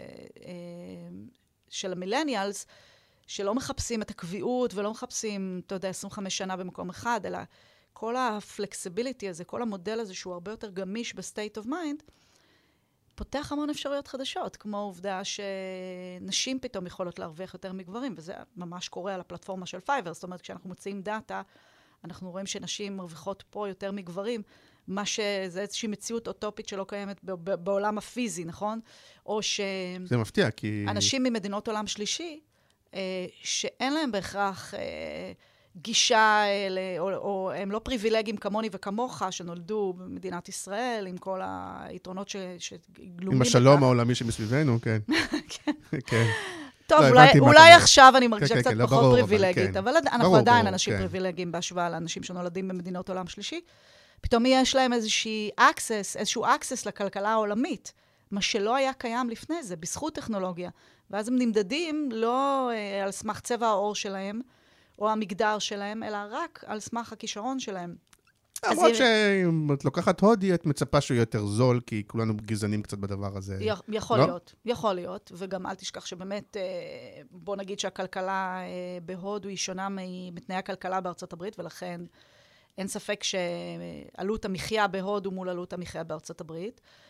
D: של המילניאלס, שלא מחפשים את הקביעות, ולא מחפשים, אתה יודע, עשרים וחמש שנה במקום אחד, אלא כל הפלקסיביליטי הזה, כל המודל הזה שהוא הרבה יותר גמיש בסטייט אוף מיינד, פותח המון אפשרויות חדשות, כמו העובדה שנשים פתאום יכולות להרוויח יותר מגברים, וזה ממש קורה על הפלטפורמה של Fiverr. זאת אומרת, כשאנחנו מוצאים דאטה, אנחנו רואים שנשים מרוויחות פה יותר מגברים, מה שזה איזושהי מציאות אוטופית שלא קיימת בעולם הפיזי, נכון? או ש...
C: זה מפתיע, כי...
D: אנשים ממדינות עולם שלישי, שאין להם בהכרח... גישה, או, או הם לא פריבילגיים כמוני וכמוך, שנולדו במדינת ישראל, עם כל היתרונות ש, שגלומים.
C: עם השלום העולמי שמסביבנו, כן.
D: כן.
C: כן.
D: טוב,
C: לא,
D: אולי, אולי עכשיו אני מרגישה
C: כן,
D: קצת
C: כן, לא
D: פחות
C: ברור,
D: פריבילגית,
C: אבל, כן.
D: אבל אנחנו
C: ברור,
D: עדיין
C: ברור,
D: אנשים
C: כן.
D: פריבילגיים בהשוואה לאנשים שנולדים במדינות עולם שלישי. פתאום יש להם איזושהי access, איזשהו access לכלכלה העולמית, מה שלא היה קיים לפני זה, בזכות טכנולוגיה. ואז הם נמדדים לא אה, על סמך צבע העור שלהם, או המגדר שלהם, אלא רק על סמך הכישרון שלהם.
C: למרות שאם את לוקחת הודי, את מצפה שהוא יותר זול, כי כולנו גזענים קצת בדבר הזה.
D: יכול להיות, יכול להיות, וגם אל תשכח שבאמת, בוא נגיד שהכלכלה בהודו היא שונה מתנאי הכלכלה בארצות הברית, ולכן אין ספק שעלות המחיה בהודו מול עלות המחיה בארצות הברית.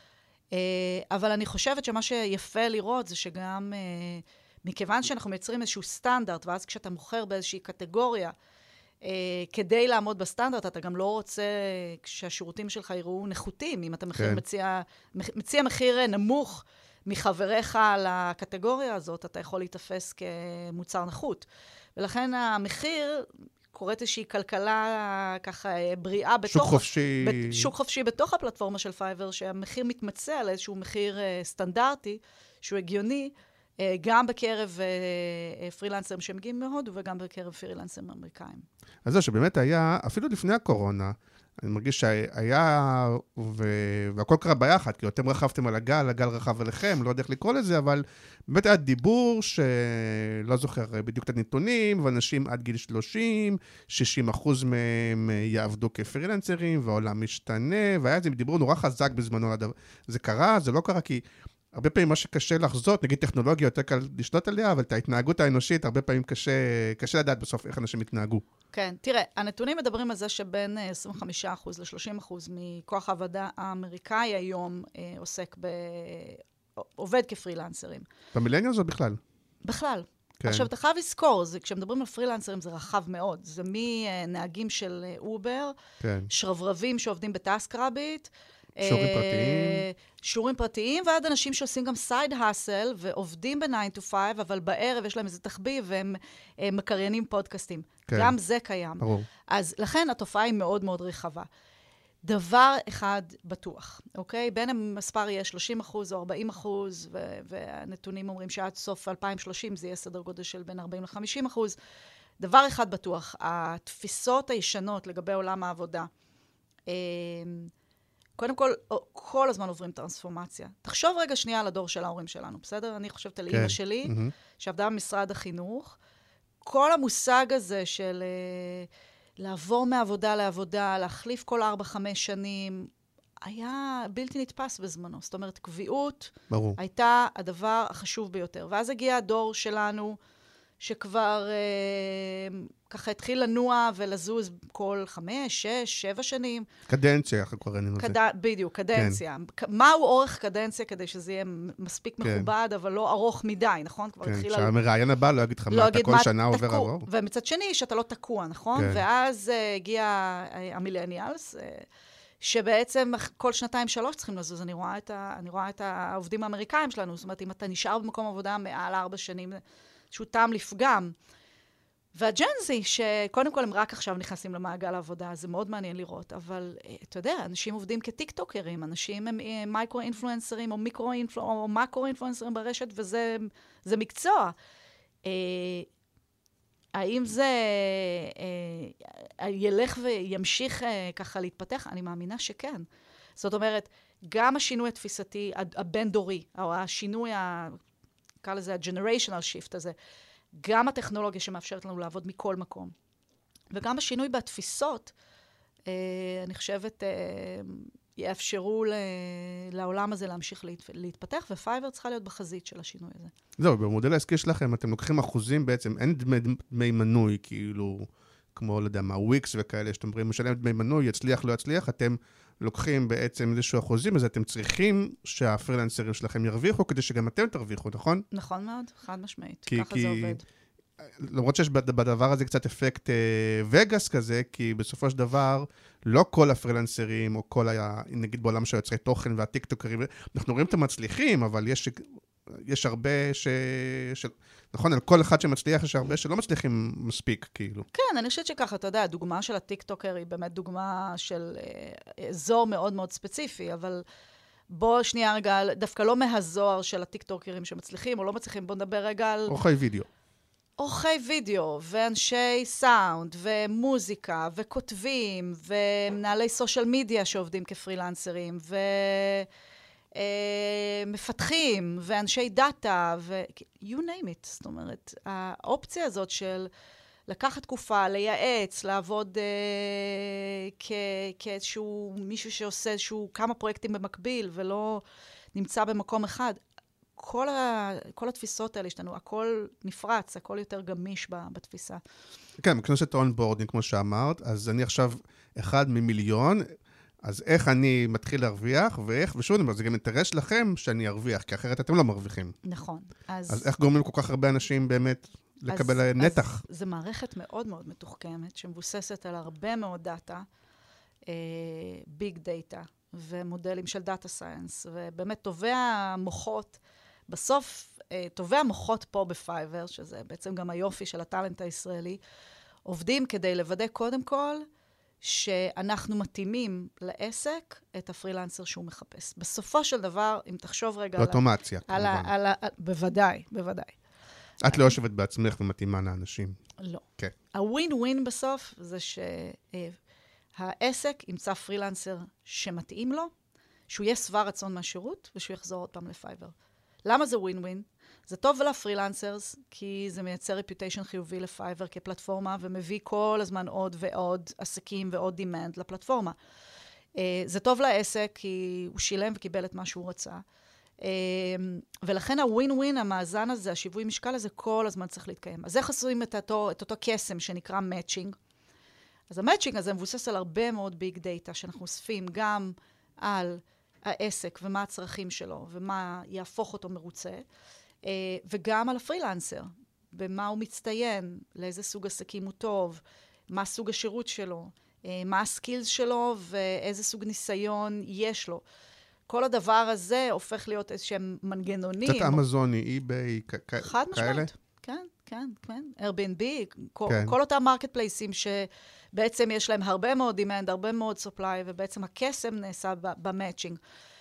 D: אבל אני חושבת שמה שיפה לראות זה שגם, מכיוון שאנחנו מייצרים איזשהו סטנדרט, ואז כשאתה מוכר באיזושהי קטגוריה, כדי לעמוד בסטנדרט, אתה גם לא רוצה שהשירותים שלך יראו נחותים, אם אתה מחיר מציע, מציע מחיר נמוך מחבריך לקטגוריה הזאת, אתה יכול להתאפס כמוצר נחות. ולכן המחיר קוראת איזושהי כלכלה ככה בריאה בתוך...
C: שוק חופשי.
D: שוק חופשי בתוך הפלטפורמה של פייבר, שהמחיר מתמצא על איזשהו מחיר סטנדרטי, שהוא הגיוני, גם בקרב פרילנסרים שמגיעים מהודו, וגם בקרב פרילנסרים אמריקאים.
C: אז זה שבאמת היה, אפילו לפני הקורונה, אני מרגיש שהיה, והכל קרה ביחד, כי אתם רכבתם על הגל, הגל רכב עליכם, לא יודע איך לקרוא לזה, אבל באמת היה דיבור שלא זוכר בדיוק את הנתונים, ואנשים עד גיל שלושים, שישים אחוז מהם יעבדו כפרילנסרים, והעולם משתנה, והיה איזה דיבור נורא חזק בזמנו. זה קרה, זה לא קרה, כי הרבה פעמים מה שקשה לחזות, נגיד טכנולוגיה יותר קל לשלוט עליה, אבל את ההתנהגות האנושית, הרבה פעמים קשה, קשה לדעת בסוף איך אנשים התנהגו.
D: כן, תראה, הנתונים מדברים על זה שבין עשרים וחמישה אחוז ל-שלושים אחוז מכוח העבודה האמריקאי היום אה, עוסק ב... עובד כפרילנסרים.
C: במילניום זאת בכלל?
D: בכלל. כן. עכשיו, אתה חייב לזכור, זה, כשמדברים על פרילנסרים זה רחב מאוד. זה מנהגים של אובר, כן. שרברבים שעובדים בטאסק רביט,
C: שיעורים פרטיים.
D: שיעורים פרטיים, ועד אנשים שעושים גם סייד האסל, ועובדים ב-ניין טו פייב, אבל בערב יש להם איזה תחביב, והם מקריינים פודקאסטים. כן. גם זה קיים. ברור. אז לכן התופעה היא מאוד מאוד רחבה. דבר אחד בטוח, אוקיי? בין המספר יהיה שלושים אחוז או ארבעים אחוז, ו- והנתונים אומרים שעד סוף אלפיים ושלושים זה יהיה סדר גודל של בין ארבעים ל-חמישים אחוז. דבר אחד בטוח, התפיסות הישנות לגבי עולם העבודה, קודם כל, כל הזמן עוברים טרנספורמציה. תחשוב רגע שנייה על הדור של ההורים שלנו, בסדר? אני חושבת על אימא שלי, שעבדה במשרד החינוך. כל המושג הזה של לעבור מעבודה לעבודה, להחליף כל ארבע, חמש שנים, היה בלתי נתפס בזמנו. זאת אומרת, קביעות הייתה הדבר החשוב ביותר. ואז הגיע הדור שלנו, שכבר אה, ככה התחיל לנוע ולזוז כל חמש, שש, שבע שנים.
C: קדנציה, איך קוראים לזה.
D: קד... בדיוק, קדנציה. כן. מהו אורך קדנציה כדי שזה יהיה מספיק כן. מכובד, אבל לא ארוך מדי, נכון? כבר
C: כן,
D: התחיל...
C: שהמראיין הבא לא יגיד לך מה אתה כל מה שנה עובר עבור.
D: ומצד שני, שאתה לא תקוע, נכון? כן. ואז uh, הגיע uh, המילניאלס, uh, שבעצם כל שנתיים שלוש צריכים לזוז. אני רואה את, ה... אני רואה את העובדים האמריקאים שלנו, זאת אומרת, אם אתה נשאר במקום עבודה מעל ארבע שנים, שהוא טעם לפגם. והג'נזי, שקודם כל הם רק עכשיו נכנסים למעגל העבודה, זה מאוד מעניין לראות, אבל אתה יודע, אנשים עובדים כטיקטוקרים, אנשים הם מייקרו-אינפלואנסרים או מיקרו-אינפלואנסרים או מקרו-אינפלואנסרים ברשת, וזה זה מקצוע. האם זה ילך וימשיך ככה להתפתח? אני מאמינה שכן. זאת אומרת, גם השינוי התפיסתי, הבין-דורי, או השינוי ה... קרא לזה ה-generational shift הזה, גם הטכנולוגיה שמאפשרת לנו לעבוד מכל מקום, וגם השינוי בתפיסות, אה, אני חושבת, אה, יאפשרו ל- לעולם הזה להמשיך להת- להתפתח, ופייבר צריכה להיות בחזית של השינוי הזה.
C: זהו, במודל העסקי שלכם, אתם לוקחים אחוזים בעצם, אין דמי, דמי מנוי, כאילו, כמו, לא יודע מה, וויקס וכאלה, שאתם אומרים, משלם דמי מנוי, יצליח, לא יצליח, אתם לוקחים בעצם איזשהו אחוזים, אז אתם צריכים שהפרילנסרים שלכם ירוויחו, כדי שגם אתם תרוויחו, נכון?
D: נכון מאוד, חד משמעית,
C: כי,
D: ככה
C: כי,
D: זה עובד.
C: למרות שיש בדבר הזה קצת אפקט אה, וגאס כזה, כי בסופו של דבר, לא כל הפרילנסרים, או כל, היה, נגיד בעולם של יוצרי תוכן והטיקטוקרים, אנחנו רואים את המצליחים, אבל יש, יש הרבה ש... ש... נכון, על כל אחד שמצליח, יש הרבה שלא מצליחים מספיק, כאילו.
D: כן, אני חושבת שככה, אתה יודע, הדוגמה של הטיקטוקר היא באמת דוגמה של אה, אזור מאוד מאוד ספציפי, אבל בוא שנייה רגע, דווקא לא מהזוהר של הטיקטוקרים שמצליחים או לא מצליחים, בוא נדבר רגע על...
C: אורחי וידאו.
D: אורחי וידאו, ואנשי סאונד, ומוזיקה, וכותבים, ומנהלי סושיאל מדיה שעובדים כפרילנסרים, ו... מפתחים, ואנשי דאטה, ו... you name it. זאת אומרת, האופציה הזאת של לקחת תקופה, לייעץ, לעבוד אה, כ... כאיזשהו מישהו שעושה איזשהו כמה פרויקטים במקביל, ולא נמצא במקום אחד. כל, ה... כל התפיסות האלה השתנו, הכל נפרץ, הכל יותר גמיש בתפיסה.
C: כן, בכנסת אונבורדינג, כמו שאמרת, אז אני עכשיו אחד ממיליון, אז איך אני מתחיל להרוויח, ואיך, ושוב, זה גם אינטרס שלכם שאני ארוויח, כי אחרת אתם לא מרוויחים.
D: נכון.
C: אז, אז איך גורמים כל כך הרבה אנשים באמת לקבל אז, נתח?
D: אז זו מערכת מאוד מאוד מתוחכמת, שמבוססת על הרבה מאוד דאטה, ביג דאטה, ומודלים של דאטה סיינס, ובאמת טובי המוחות, בסוף, טובי המוחות פה בפייבר, שזה בעצם גם היופי של הטלנט הישראלי, עובדים כדי לוודא קודם כל, שאנחנו מתאימים לעסק את הפרילנסר שהוא מחפש. בסופו של דבר, אם תחשוב רגע...
C: באוטומציה,
D: על ה,
C: כמובן.
D: על ה, בוודאי, בוודאי.
C: את לא יושבת בעצמך ומתאימה לאנשים.
D: לא.
C: כן.
D: הווין ווין בסוף זה שהעסק ימצא פרילנסר שמתאים לו, שהוא יהיה שבע רצון מהשירות, ושהוא יחזור עוד פעם לפייבר. למה זה ווין ווין? זה טוב לפרילנסרס, כי זה מייצר רפיוטיישן חיובי לפייבר כפלטפורמה, ומביא כל הזמן עוד ועוד עסקים ועוד דימנד לפלטפורמה. זה טוב לעסק, כי הוא שילם וקיבל את מה שהוא רצה. ולכן הווין ווין, המאזן הזה, השיווי משקל הזה, כל הזמן צריך להתקיים. אז איך עושים את אותו, את אותו קסם שנקרא מאצ'ינג? אז המאצ'ינג הזה מבוסס על הרבה מאוד ביג דאטה, שאנחנו אוספים גם על העסק ומה הצרכים שלו, ומה יהפוך אותו מרוצה, וגם על הפרילנסר, במה הוא מצטיין, לאיזה סוג עסקים הוא טוב, מה סוג השירות שלו, מה הסקילס שלו, ואיזה סוג ניסיון יש לו. כל הדבר הזה הופך להיות איזשהם מנגנונים.
C: קצת אמזוני, אי-ביי, כאלה?
D: חד משמעית. כן, כן, כן. Airbnb, כן. כל אותם מרקט פלייסים שבעצם יש להם הרבה מאוד דימנד, הרבה מאוד סופליי, ובעצם הקסם נעשה במאצ'ינג.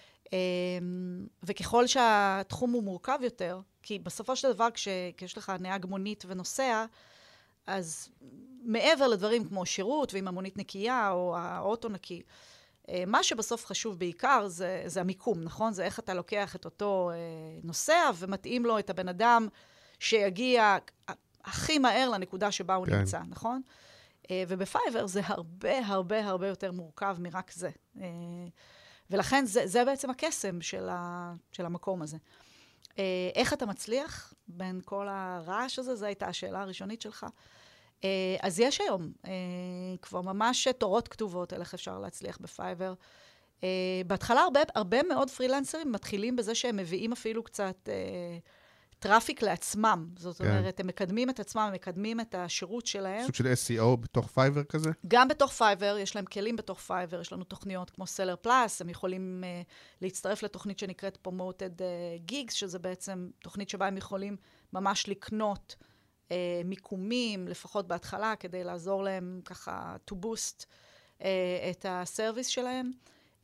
D: וככל שהתחום הוא מורכב יותר, כי בסופו של דבר, כשיש לך נהג מונית ונוסע, אז מעבר לדברים כמו שירות, ועם המונית נקייה, או האוטו נקי, מה שבסוף חשוב בעיקר זה, זה המיקום, נכון? זה איך אתה לוקח את אותו נוסע, ומתאים לו את הבן אדם שיגיע הכי מהר לנקודה שבה הוא כן. נמצא, נכון? ובפייבר זה הרבה הרבה הרבה יותר מורכב מרק זה. ולכן זה, זה בעצם הקסם של, ה, של המקום הזה. איך אתה מצליח בין כל הרעש הזה? זו הייתה השאלה הראשונית שלך. אז יש היום כבר ממש תורות כתובות על איך אפשר להצליח בפייבר. בהתחלה הרבה, הרבה מאוד פרילנסרים מתחילים בזה שהם מביאים אפילו קצת טראפיק לעצמם. זאת אומרת, הם מקדמים את עצמם, הם מקדמים את השירות שלהם. סוג
C: של אס אי או בתוך פייבר כזה?
D: גם בתוך פייבר, יש להם כלים בתוך פייבר, יש לנו תוכניות כמו סלר פלאס, הם יכולים uh, להצטרף לתוכנית שנקראת Promoted uh, Gigs, שזה בעצם תוכנית שבה הם יכולים ממש לקנות uh, מיקומים, לפחות בהתחלה, כדי לעזור להם ככה to boost uh, את הסרוויס שלהם. Uh,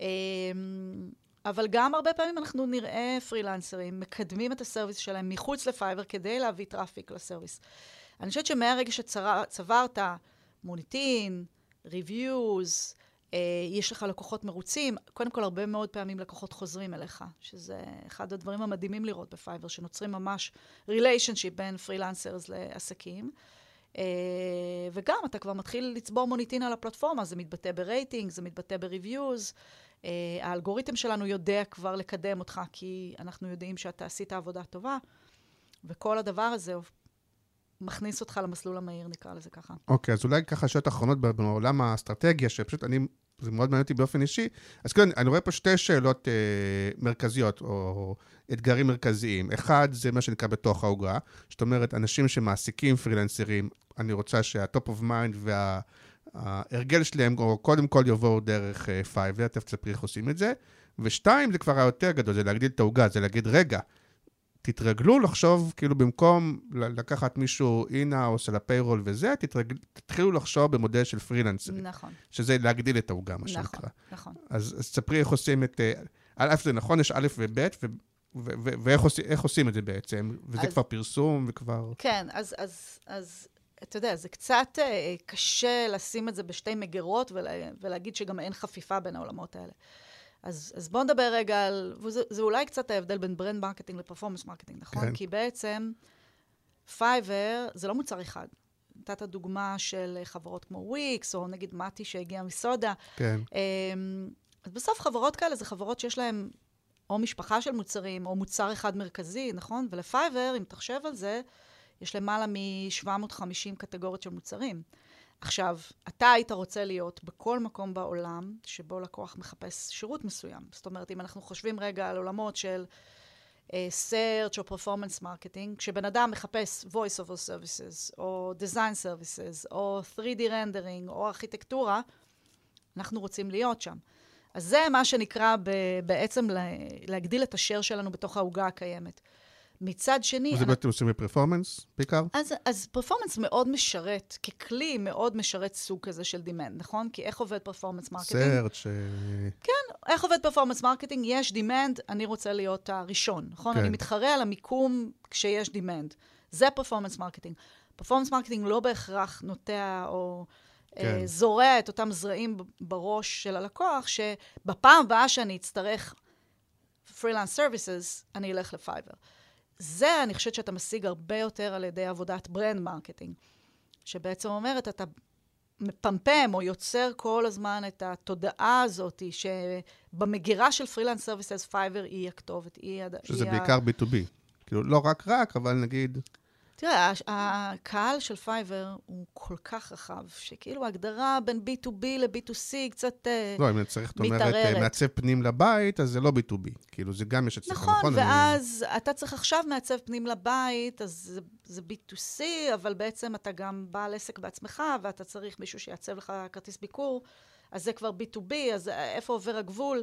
D: אבל גם הרבה פעמים אנחנו נראה פרילנסרים, מקדמים את הסרוויס שלהם מחוץ לפייבר כדי להביא טראפיק לסרוויס. אני חושבת שמהרגע שצברת מוניטין, ריוויוז, אה, יש לך לקוחות מרוצים, קודם כל הרבה מאוד פעמים לקוחות חוזרים אליך, שזה אחד הדברים המדהימים לראות בפייבר, שנוצרים ממש ריליישנשיפ בין פרילנסרס לעסקים. אה, וגם אתה כבר מתחיל לצבור מוניטין על הפלטפורמה, זה מתבטא ברייטינג, זה מתבטא בריוויוז, Uh, האלגוריתם שלנו יודע כבר לקדם אותך, כי אנחנו יודעים שאתה עשית עבודה טובה, וכל הדבר הזה מכניס אותך למסלול המהיר, נקרא לזה ככה.
C: אוקיי, okay, אז אולי ככה שאלות אחרונות בעולם האסטרטגיה, שפשוט אני, זה מאוד מעניין אותי באופן אישי, אז כן, אני רואה פה שתי שאלות uh, מרכזיות, או אתגרים מרכזיים. אחד, זה מה שנקרא בתוך העוגה, זאת אומרת, אנשים שמעסיקים פרילנסרים, אני רוצה שה-top of mind וה... ההרגל שלהם, או קודם כל יבואו דרך פייבר, תכף תספרי איך עושים את זה, ושתיים, זה כבר היותר גדול, זה להגדיל את העוגה, זה להגיד, רגע, תתרגלו לחשוב, כאילו במקום לקחת מישהו אין-האוס על הפיירול וזה, תתרגל, תתחילו לחשוב במודל של פרילנסרים.
D: נכון.
C: שזה להגדיל את העוגה, מה שנקרא.
D: נכון, נכון.
C: אז, אז תספרי איך עושים את, א' זה נכון, יש א' וב' ו... ואיך עושים, עושים את זה בעצם? וזה אז, כבר פרסום וכבר...
D: כן, אז... אז, אז... אתה יודע, זה קצת אה, קשה לשים את זה בשתי מגירות ולה, ולהגיד שגם אין חפיפה בין העולמות האלה. אז, אז בואו נדבר רגע על, וזה, זה אולי קצת ההבדל בין ברנד מרקטינג לפרפורמנס מרקטינג, נכון? כן. כי בעצם פייבר זה לא מוצר אחד. נתת דוגמה של חברות כמו וויקס, או נגיד מתי שהגיע מסודה.
C: כן.
D: אה, אז בסוף חברות כאלה זה חברות שיש להן או משפחה של מוצרים, או מוצר אחד מרכזי, נכון? ולפייבר, אם תחשב על זה, יש למעלה מ-שבע מאות וחמישים קטגוריות של מוצרים. עכשיו, אתה היית רוצה להיות בכל מקום בעולם שבו לקוח מחפש שירות מסוים. זאת אומרת, אם אנחנו חושבים רגע על עולמות של uh, search או performance marketing, כשבן אדם מחפש voice over services, או design services, או three D rendering, או ארכיטקטורה, אנחנו רוצים להיות שם. אז זה מה שנקרא ב- בעצם לה, להגדיל את השאר שלנו בתוך העוגה הקיימת. מצד שני...
C: וזה בעצם עושים בפרפורמנס, בעיקר?
D: אז, אז פרפורמנס מאוד משרת, ככלי מאוד משרת סוג כזה של דימנד, נכון? כי איך עובד פרפורמנס מרקטינג?
C: סרצ'
D: כן, איך עובד פרפורמנס מרקטינג? יש דימנד, אני רוצה להיות הראשון, נכון?
C: כן.
D: אני מתחרה על המיקום כשיש דימנד. זה פרפורמנס מרקטינג. פרפורמנס מרקטינג לא בהכרח נוטע או
C: כן.
D: אה, זורע את אותם זרעים בראש של הלקוח, שבפעם הבאה שאני אצטרך freelance services, אני אלך לפייבר. זה, אני חושבת שאתה משיג הרבה יותר על ידי עבודת ברנד מרקטינג, שבעצם אומרת, אתה מפמפם או יוצר כל הזמן את התודעה הזאת, שבמגירה של פרילנס סרוויסס פייבר היא הכתובת, היא...
C: שזה
D: היא
C: בעיקר בי טו בי. כאילו, לא רק רק, אבל נגיד...
D: תראה, הקהל של פייבר הוא כל כך רחב, שכאילו ההגדרה בין בי טו בי ל-בי טו סי קצת מתערערת.
C: לא, אם אני צריך, את אומרת, מעצב פנים לבית, אז זה לא בי טו בי. כאילו, זה גם יש אצלך, נכון?
D: נכון, ואז אתה צריך עכשיו מעצב פנים לבית, אז זה בי טו סי, אבל בעצם אתה גם בעל עסק בעצמך, ואתה צריך מישהו שיעצב לך כרטיס ביקור, אז זה כבר בי טו בי, אז איפה עובר הגבול?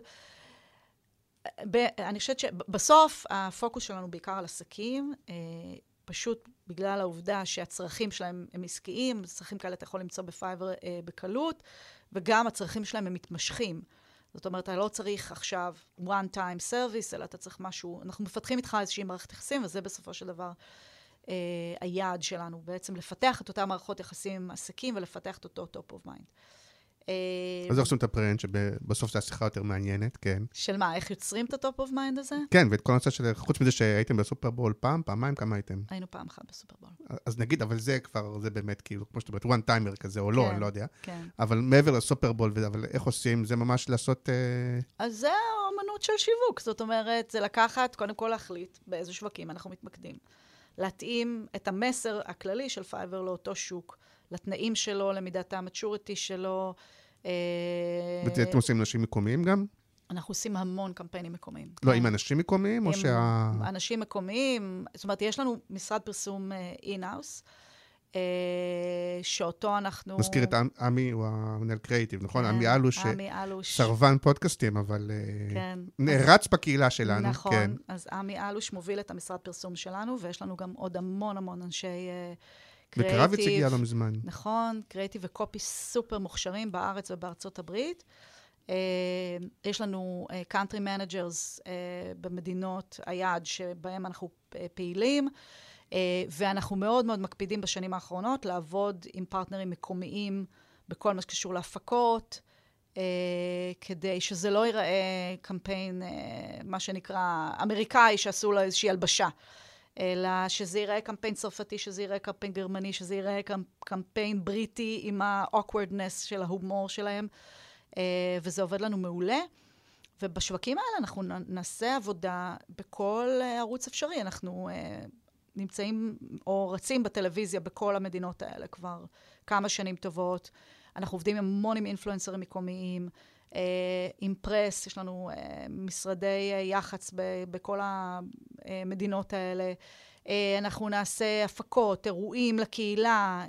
D: אני חושבת שבסוף הפוקוס שלנו בעיקר על עסקים, פשוט בגלל העובדה שהצרכים שלהם הם עסקיים, צרכים כאלה אתה יכול למצוא בפייבר אה, בקלות, וגם הצרכים שלהם הם מתמשכים. זאת אומרת, אתה לא צריך עכשיו one time service, אלא אתה צריך משהו, אנחנו מפתחים איתך איזושהי מערכת יחסים, וזה בסופו של דבר אה, היעד שלנו, בעצם לפתח את אותה מערכות יחסים עם עסקים, ולפתח את אותו top of mind.
C: אז איך עושים את הפרנט, שבסוף זו השיחה יותר מעניינת, כן.
D: של מה, איך יוצרים את הטופ אוף מיינד הזה?
C: כן, ואת כל הנושא של, חוץ מזה שהייתם בסופרבול פעם, פעמיים, כמה הייתם?
D: היינו פעם אחת בסופרבול.
C: אז נגיד, אבל זה כבר, זה באמת כאילו, כמו שאתה אומרת, one timer כזה, או לא,
D: כן,
C: אני לא יודע.
D: כן.
C: אבל מעבר לסופרבול, אבל איך עושים, זה ממש לעשות...
D: אז זה האמנות של שיווק, זאת אומרת, זה לקחת, קודם כל להחליט באיזה שווקים אנחנו מתמקדים. להתאים את המסר הכללי של פייבר לאותו שוק, לתנאים שלו, למידת המצ'וריטי שלו,
C: וזה אתם עושים אנשים מקומיים גם?
D: אנחנו עושים המון קמפיינים מקומיים.
C: לא, עם אנשים מקומיים או שה...
D: אנשים מקומיים, זאת אומרת, יש לנו משרד פרסום אין-האוס, שאותו אנחנו...
C: מזכיר את עמי, הוא המנהל קריאיטיב, נכון? עמי אלוש, סרבן פודקאסטים, אבל נערץ בקהילה שלנו.
D: נכון, אז עמי אלוש מוביל את המשרד פרסום שלנו, ויש לנו גם עוד המון המון אנשי...
C: וקרביץ הגיע לא מזמן.
D: נכון, קריאיטיב וקופי סופר מוכשרים בארץ ובארצות הברית. יש לנו country managers במדינות היעד שבהם אנחנו פעילים, ואנחנו מאוד מאוד מקפידים בשנים האחרונות לעבוד עם פרטנרים מקומיים בכל מה שקשור להפקות, כדי שזה לא ייראה קמפיין, מה שנקרא, אמריקאי שעשו לו איזושהי הלבשה. אלא שזה ייראה קמפיין צרפתי, שזה ייראה קמפיין גרמני, שזה ייראה קמפיין בריטי עם ה-awkwardness של ההומור שלהם, וזה עובד לנו מעולה. ובשווקים האלה אנחנו נעשה עבודה בכל ערוץ אפשרי. אנחנו נמצאים או רצים בטלוויזיה בכל המדינות האלה כבר כמה שנים טובות. אנחנו עובדים המון עם אינפלואנסרים מקומיים, עם פרס, יש לנו משרדי יח"צ בכל המדינות האלה. אנחנו נעשה הפקות, אירועים לקהילה,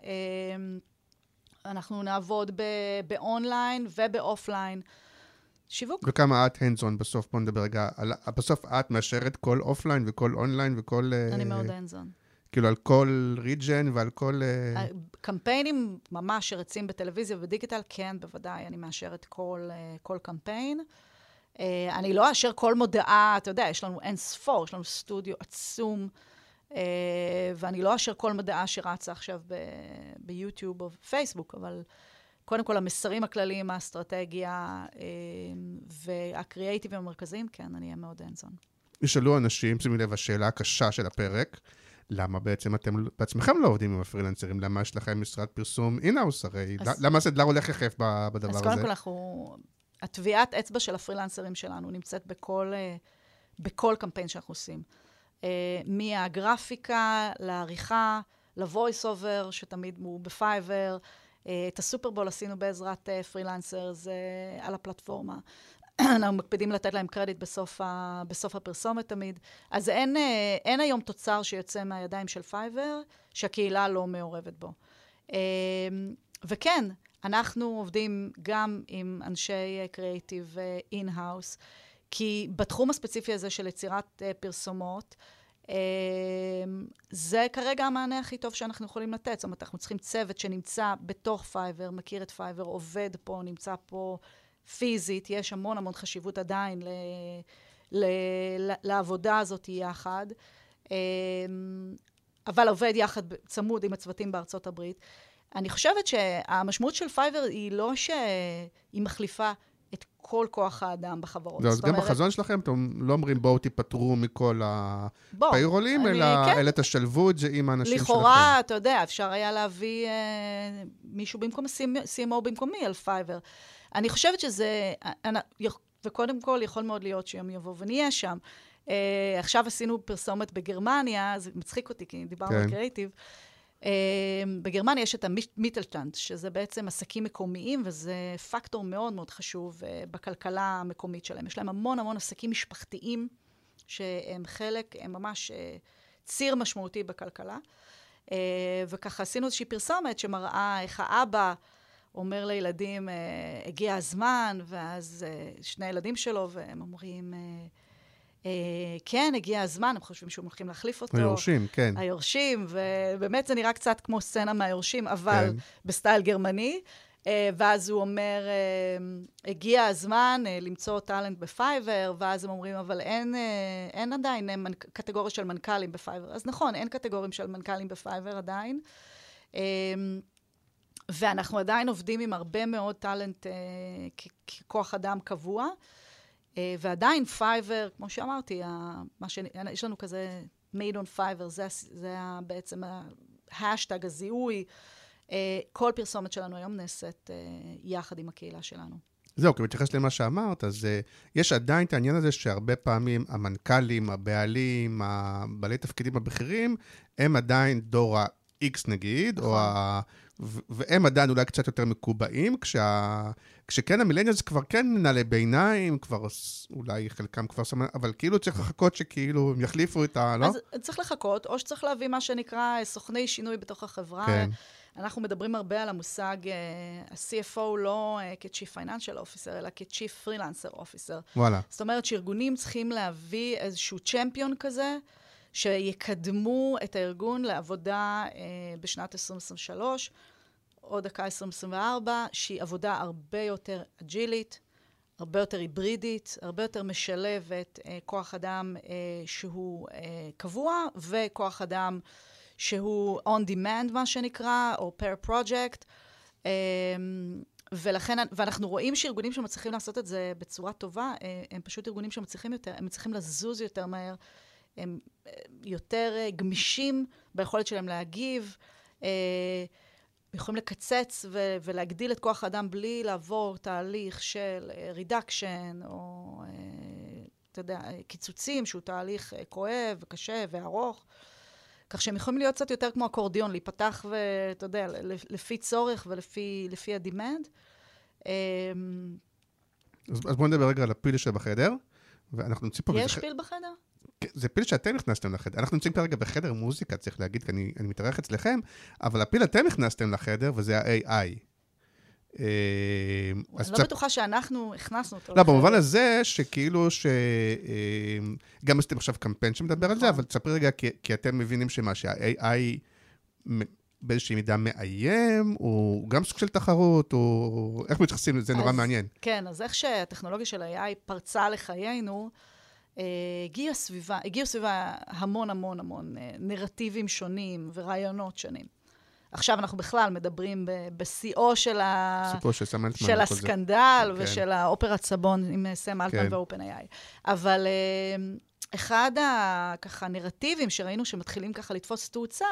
D: אנחנו נעבוד באונליין ובאופליין. שיווק.
C: וכמה את hands-on בסוף, בוא נדבר רגע, בסוף את מאשרת כל אופליין וכל אונליין וכל...
D: אני מאוד hands-on.
C: כאילו על כל ריג'ן ועל כל...
D: קמפיינים ממש שרצים בטלוויזיה ובדיגיטל, כן, בוודאי, אני מאשרת כל, כל קמפיין. אני לא אאשר כל מודעה, אתה יודע, יש לנו אין ספור, יש לנו סטודיו עצום, ואני לא אאשר כל מודעה שרצה עכשיו ביוטיוב או בפייסבוק, אבל קודם כל המסרים הכלליים, האסטרטגיה והקריאייטיבים המרכזיים, כן, אני אהיה מאוד hands-on.
C: ישאלו אנשים, שימי לב, השאלה הקשה של הפרק, למה בעצם אתם בעצמכם לא עובדים עם הפרילנסרים? למה יש לכם משרד פרסום אין-האוס הרי? אז, למה הסדלר הולך יחף בדבר הזה?
D: אז קודם כל אנחנו... הטביעת אצבע של הפרילנסרים שלנו נמצאת בכל, בכל קמפיין שאנחנו עושים. מהגרפיקה, לעריכה, ל-voice over, שתמיד הוא בפייבר, את הסופרבול עשינו בעזרת פרילנסר, זה על הפלטפורמה. אנחנו מקפידים לתת להם קרדיט בסוף, ה, בסוף הפרסומת תמיד. אז אין, אין היום תוצר שיוצא מהידיים של פייבר, שהקהילה לא מעורבת בו. וכן, אנחנו עובדים גם עם אנשי קריאיטיב אין-האוס, כי בתחום הספציפי הזה של יצירת פרסומות, זה כרגע המענה הכי טוב שאנחנו יכולים לתת. זאת אומרת, אנחנו צריכים צוות שנמצא בתוך פייבר, מכיר את פייבר, עובד פה, נמצא פה פיזית, יש המון המון חשיבות עדיין ל, ל, ל, לעבודה הזאת יחד, אבל עובד יחד צמוד עם הצוותים בארצות הברית. אני חושבת שהמשמעות של פייבר היא לא שהיא מחליפה את כל כוח האדם בחברות.
C: אז גם בחזון שלכם, אתם לא אומרים בואו תיפטרו מכל הפיירולים, אלא תשלבו את זה עם האנשים שלכם.
D: לכאורה, אתה יודע, אפשר היה להביא מישהו במקום סי אם או במקומי על פייבר. אני חושבת שזה, וקודם כל יכול מאוד להיות שיום יבוא ונהיה שם. עכשיו עשינו פרסומת בגרמניה, זה מצחיק אותי, כי דיברנו על קריאיטיב. בגרמניה יש את המיטלטנט, שזה בעצם עסקים מקומיים, וזה פקטור מאוד מאוד חשוב בכלכלה המקומית שלהם. יש להם המון המון עסקים משפחתיים, שהם חלק, הם ממש ציר משמעותי בכלכלה. וככה עשינו איזושהי פרסומת שמראה איך האבא אומר לילדים, הגיע הזמן, ואז שני ילדים שלו, והם אומרים, כן, הגיע הזמן, הם חושבים שהם הולכים להחליף אותו.
C: היורשים, כן.
D: היורשים, ובאמת זה נראה קצת כמו סצנה מהיורשים, אבל בסטייל גרמני. ואז הוא אומר, הגיע הזמן למצוא טלנט בפייבר, ואז הם אומרים, אבל אין, אין עדיין קטגוריה של מנכ"לים בפייבר. אז נכון, אין קטגוריה של מנכ"לים בפייבר עדיין. ואנחנו עדיין עובדים עם הרבה מאוד טלנט ככוח אדם קבוע. ועדיין פייבר, כמו שאמרתי, מה ש... יש לנו כזה made on Fiverr, זה, זה בעצם ההשטג, הזיהוי. כל פרסומת שלנו היום נעשית יחד עם הקהילה שלנו.
C: זהו, כי מתייחס למה שאמרת, אז יש עדיין את העניין הזה שהרבה פעמים המנכ"לים, הבעלים, הבעלי תפקידים הבכירים, הם עדיין דור ה-X נגיד, או ה... והם עדיין אולי קצת יותר מקובעים, כשה... כשכן המילניאלס כבר כן מנהלי ביניים, כבר אולי חלקם כבר סמן, אבל כאילו צריך לחכות שכאילו הם יחליפו את ה... לא?
D: אז צריך לחכות, או שצריך להביא מה שנקרא סוכני שינוי בתוך החברה. כן. אנחנו מדברים הרבה על המושג, ה-סי אף או לא כ-Chief Financial Officer, אלא כ-Chief Freelancer Officer.
C: וואלה.
D: זאת אומרת שארגונים צריכים להביא איזשהו צ'מפיון כזה, שיקדמו את הארגון לעבודה בשנת עשרים עשרים ושלוש, או דקה עשרים עשרים וארבע, שהיא עבודה הרבה יותר אג'ילית, הרבה יותר היברידית, הרבה יותר משלבת אה, כוח אדם אה, שהוא אה, קבוע, וכוח אדם שהוא on demand, מה שנקרא, או per project. אה, ולכן, ואנחנו רואים שארגונים שמצליחים לעשות את זה בצורה טובה, אה, הם פשוט ארגונים שמצליחים יותר, הם מצליחים לזוז יותר מהר, הם אה, יותר אה, גמישים ביכולת שלהם להגיב, אה, יכולים לקצץ ו- ולהגדיל את כוח האדם בלי לעבור תהליך של רידקשן, או, אתה יודע, קיצוצים, שהוא תהליך כואב וקשה וארוך. כך שהם יכולים להיות קצת יותר כמו אקורדיון, להיפתח ואתה יודע, לפי צורך ולפי לפי הדימנד.
C: אז, אז בואו נדבר רגע על הפיל שבחדר, ואנחנו נמצאים פה...
D: יש פיל בחדר?
C: זה פיל שאתם נכנסתם לחדר. אנחנו נמצאים כרגע בחדר מוזיקה, צריך להגיד, כי אני, אני מתארח אצלכם, אבל הפיל אתם נכנסתם לחדר, וזה ה-איי איי.
D: אני לא בטוחה שאנחנו הכנסנו אותו.
C: לא, במובן הזה שכאילו ש... גם עשיתם עכשיו קמפיין שמדבר על זה, אבל תספרי רגע, כי אתם מבינים שמה, שה-איי איי באיזושהי מידה מאיים, הוא גם סוג של תחרות, או איך מתייחסים לזה? נורא מעניין.
D: כן, אז איך שהטכנולוגיה של ה-איי איי פרצה לחיינו, הגיעו סביבה, הגיעו סביבה המון המון המון נרטיבים שונים ורעיונות שונים. עכשיו אנחנו בכלל מדברים בשיאו של, ה... של הסקנדל ושל האופרת סבון עם סם אלטמן ואופן איי איי. אבל אחד ככה נרטיבים שראינו שמתחילים ככה לתפוס תאוצה,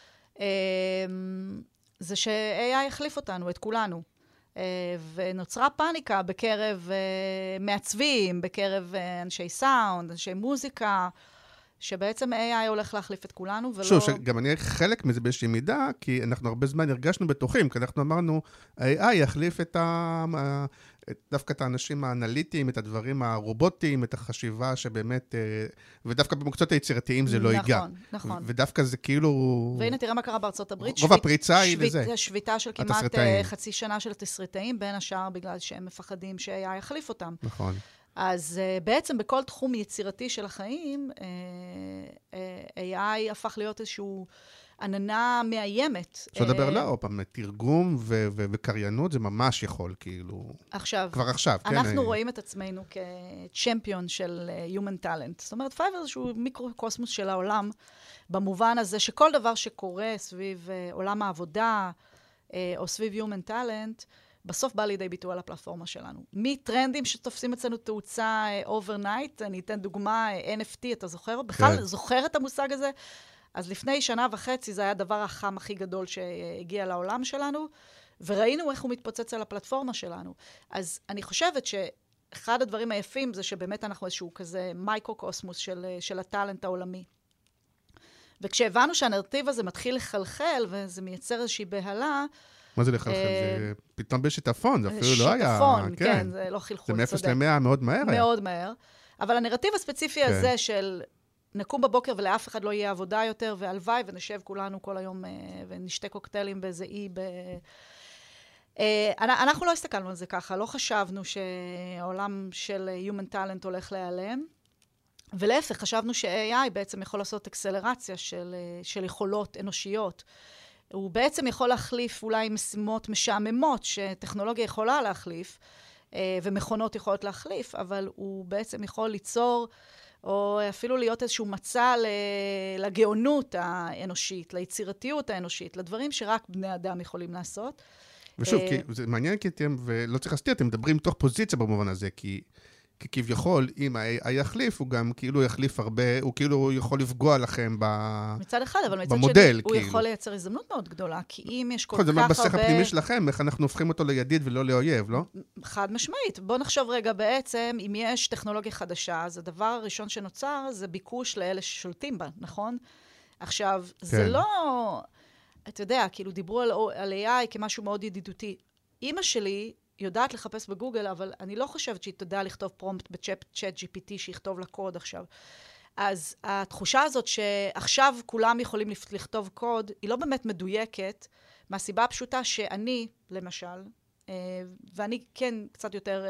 D: זה ש-איי איי החליף אותנו, את כולנו. ונוצרה פאניקה בקרב מעצבים, בקרב אנשי סאונד, אנשי מוזיקה, שבעצם איי איי הולך להחליף את כולנו, ולא...
C: שוב, שגם אני חלק מזה באיזושהי מידה, כי אנחנו הרבה זמן הרגשנו בטוחים, כי אנחנו אמרנו, ה-איי איי יחליף את ה... דווקא את האנשים האנליטיים, את הדברים הרובוטיים, את החשיבה שבאמת, ודווקא במקצועות היצירתיים זה לא ייגע.
D: נכון, נכון.
C: ודווקא זה כאילו...
D: והנה, תראה מה קרה בארצות הברית.
C: רוב הפריצה היא לזה.
D: שביתה של כמעט חצי שנה של התסריטאים, בין השאר בגלל שהם מפחדים ש-איי איי יחליף אותם.
C: נכון.
D: אז uh, בעצם בכל תחום יצירתי של החיים, uh, uh, איי איי הפך להיות איזשהו עננה מאיימת.
C: אפשר לדבר לא, פעם, תרגום ו- ו- וקריינות זה ממש יכול, כאילו...
D: עכשיו.
C: כבר עכשיו, כן.
D: אנחנו רואים את עצמנו כצ'מפיון של uh, Human Talent. זאת אומרת, פייבר איזשהו מיקרו-קוסמוס של העולם, במובן הזה שכל דבר שקורה סביב uh, עולם העבודה, uh, או סביב Human Talent, בסוף בא לידי ביטוי על הפלטפורמה שלנו. מטרנדים שתופסים אצלנו תאוצה אוברנייט, אני אתן דוגמה, אן אף טי, אתה זוכר? בכלל זוכר את המושג הזה? אז לפני שנה וחצי זה היה הדבר החם הכי גדול שהגיע לעולם שלנו, וראינו איך הוא מתפוצץ על הפלטפורמה שלנו. אז אני חושבת שאחד הדברים היפים זה שבאמת אנחנו איזשהו כזה מייקרו-קוסמוס של, של הטלנט העולמי. וכשהבנו שהנרטיב הזה מתחיל לחלחל, וזה מייצר איזושהי בהלה,
C: מה זה לחלחל? זה פתאום בשיטפון, זה אפילו לא היה...
D: שיטפון, כן, זה לא חלחול,
C: צודק. זה מאפס למאה מאוד מהר היה.
D: מאוד מהר. אבל הנרטיב הספציפי הזה של נקום בבוקר ולאף אחד לא יהיה עבודה יותר, והלוואי ונשב כולנו כל היום ונשתה קוקטיילים באיזה אי ב... אנחנו לא הסתכלנו על זה ככה, לא חשבנו שהעולם של Human Talent הולך להיעלם, ולהפך, חשבנו ש-איי איי בעצם יכול לעשות אקסלרציה של, של יכולות אנושיות. הוא בעצם יכול להחליף אולי משימות משעממות שטכנולוגיה יכולה להחליף, ומכונות יכולות להחליף, אבל הוא בעצם יכול ליצור, או אפילו להיות איזשהו מצע לגאונות האנושית, ליצירתיות האנושית, לדברים שרק בני אדם יכולים לעשות.
C: ושוב, כי זה מעניין כי אתם, ולא צריך להסתיר, אתם מדברים תוך פוזיציה במובן הזה, כי... כי כביכול, אם ה-איי איי יחליף, הוא גם כאילו יחליף הרבה, הוא כאילו יכול לפגוע לכם במודל.
D: מצד אחד, אבל מצד שני, הוא יכול לייצר הזדמנות מאוד גדולה, כי אם יש כל כך הרבה...
C: זה אומר בשיח הפנימי שלכם, איך אנחנו הופכים אותו לידיד ולא לאויב, לא?
D: חד משמעית. בוא נחשוב רגע בעצם, אם יש טכנולוגיה חדשה, אז הדבר הראשון שנוצר זה ביקוש לאלה ששולטים בה, נכון? עכשיו, זה לא... אתה יודע, כאילו דיברו על איי איי כמשהו מאוד ידידותי. אמא שלי... יודעת לחפש בגוגל, אבל אני לא חושבת שהיא תדע לכתוב פרומפט בצ'אט ג'י פי טי שיכתוב לה קוד עכשיו. אז התחושה הזאת שעכשיו כולם יכולים לכתוב קוד, היא לא באמת מדויקת, מהסיבה הפשוטה שאני, למשל, ואני כן קצת יותר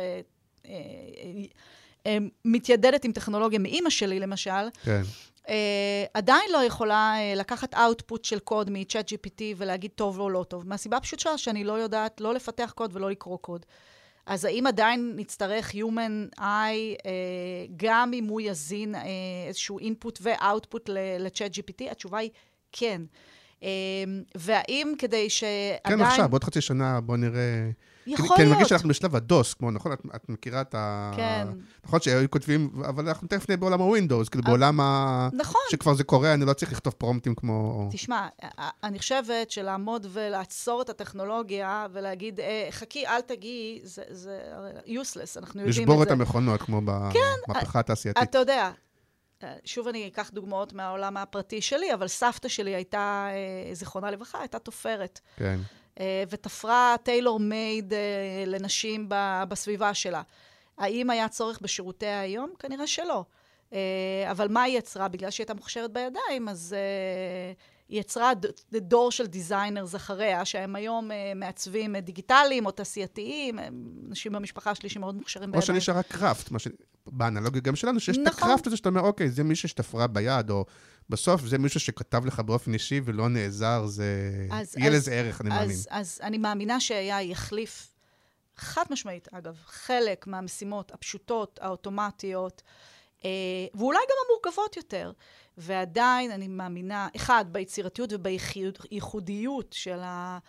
D: מתיידדת עם טכנולוגיה מאמא שלי, למשל,
C: כן.
D: Uh, עדיין לא יכולה uh, לקחת אאוטפוט של קוד מ-צ'אט ג'י פי טי ולהגיד טוב או לא טוב. מהסיבה פשוטה שאני לא יודעת לא לפתח קוד ולא לקרוא קוד. אז האם עדיין נצטרך Human Eye, uh, גם אם הוא יזין uh, איזשהו input ו-output ל-צ'אט ג'י פי טי? התשובה היא כן. Uh, והאם כדי שעדיין...
C: כן, עכשיו, בעוד חצי שנה, בוא נראה...
D: יכול
C: כי,
D: להיות.
C: כי אני מרגיש שאנחנו בשלב הדוס, כמו, נכון? את, את מכירה את ה...
D: כן.
C: נכון שהיו כותבים, אבל אנחנו תכף נהיה בעולם הווינדוס, כאילו בעולם ה...
D: נכון.
C: שכבר זה קורה, אני לא צריך לכתוב פרומפטים כמו...
D: תשמע, אני חושבת שלעמוד ולעצור את הטכנולוגיה ולהגיד, חכי, אל תגיעי, זה, זה useless, אנחנו יודעים את זה.
C: לשבור את המכונות, כמו במהפכה התעשייתית.
D: אתה יודע, שוב אני אקח דוגמאות מהעולם הפרטי שלי, אבל סבתא שלי הייתה, זיכרונה לברכה, הייתה תופרת.
C: כן.
D: ותפרה טיילור מייד לנשים בסביבה שלה. האם היה צורך בשירותי היום? כנראה שלא. אבל מה היא יצרה? בגלל שהיא הייתה מוכשרת בידיים, אז היא יצרה דור של דיזיינרס אחריה, שהם היום מעצבים דיגיטליים או תעשייתיים, אנשים במשפחה שלי שמאוד מוכשרים בידיים.
C: או שנשארה קראפט, באנלוגיה גם שלנו, שיש את הקראפט הזה שאתה אומר, אוקיי, זה מישהו שתפרה ביד, או בסוף זה מישהו שכתב לך באופן אישי ולא נעזר, זה... יהיה לזה ערך, אני מאמין.
D: אז אני מאמינה שהיה יחליף, חד משמעית, אגב, חלק מהמשימות הפשוטות, האוטומטיות, ואולי גם המורכבות יותר. ועדיין אני מאמינה, אחד, ביצירתיות ובייחודיות של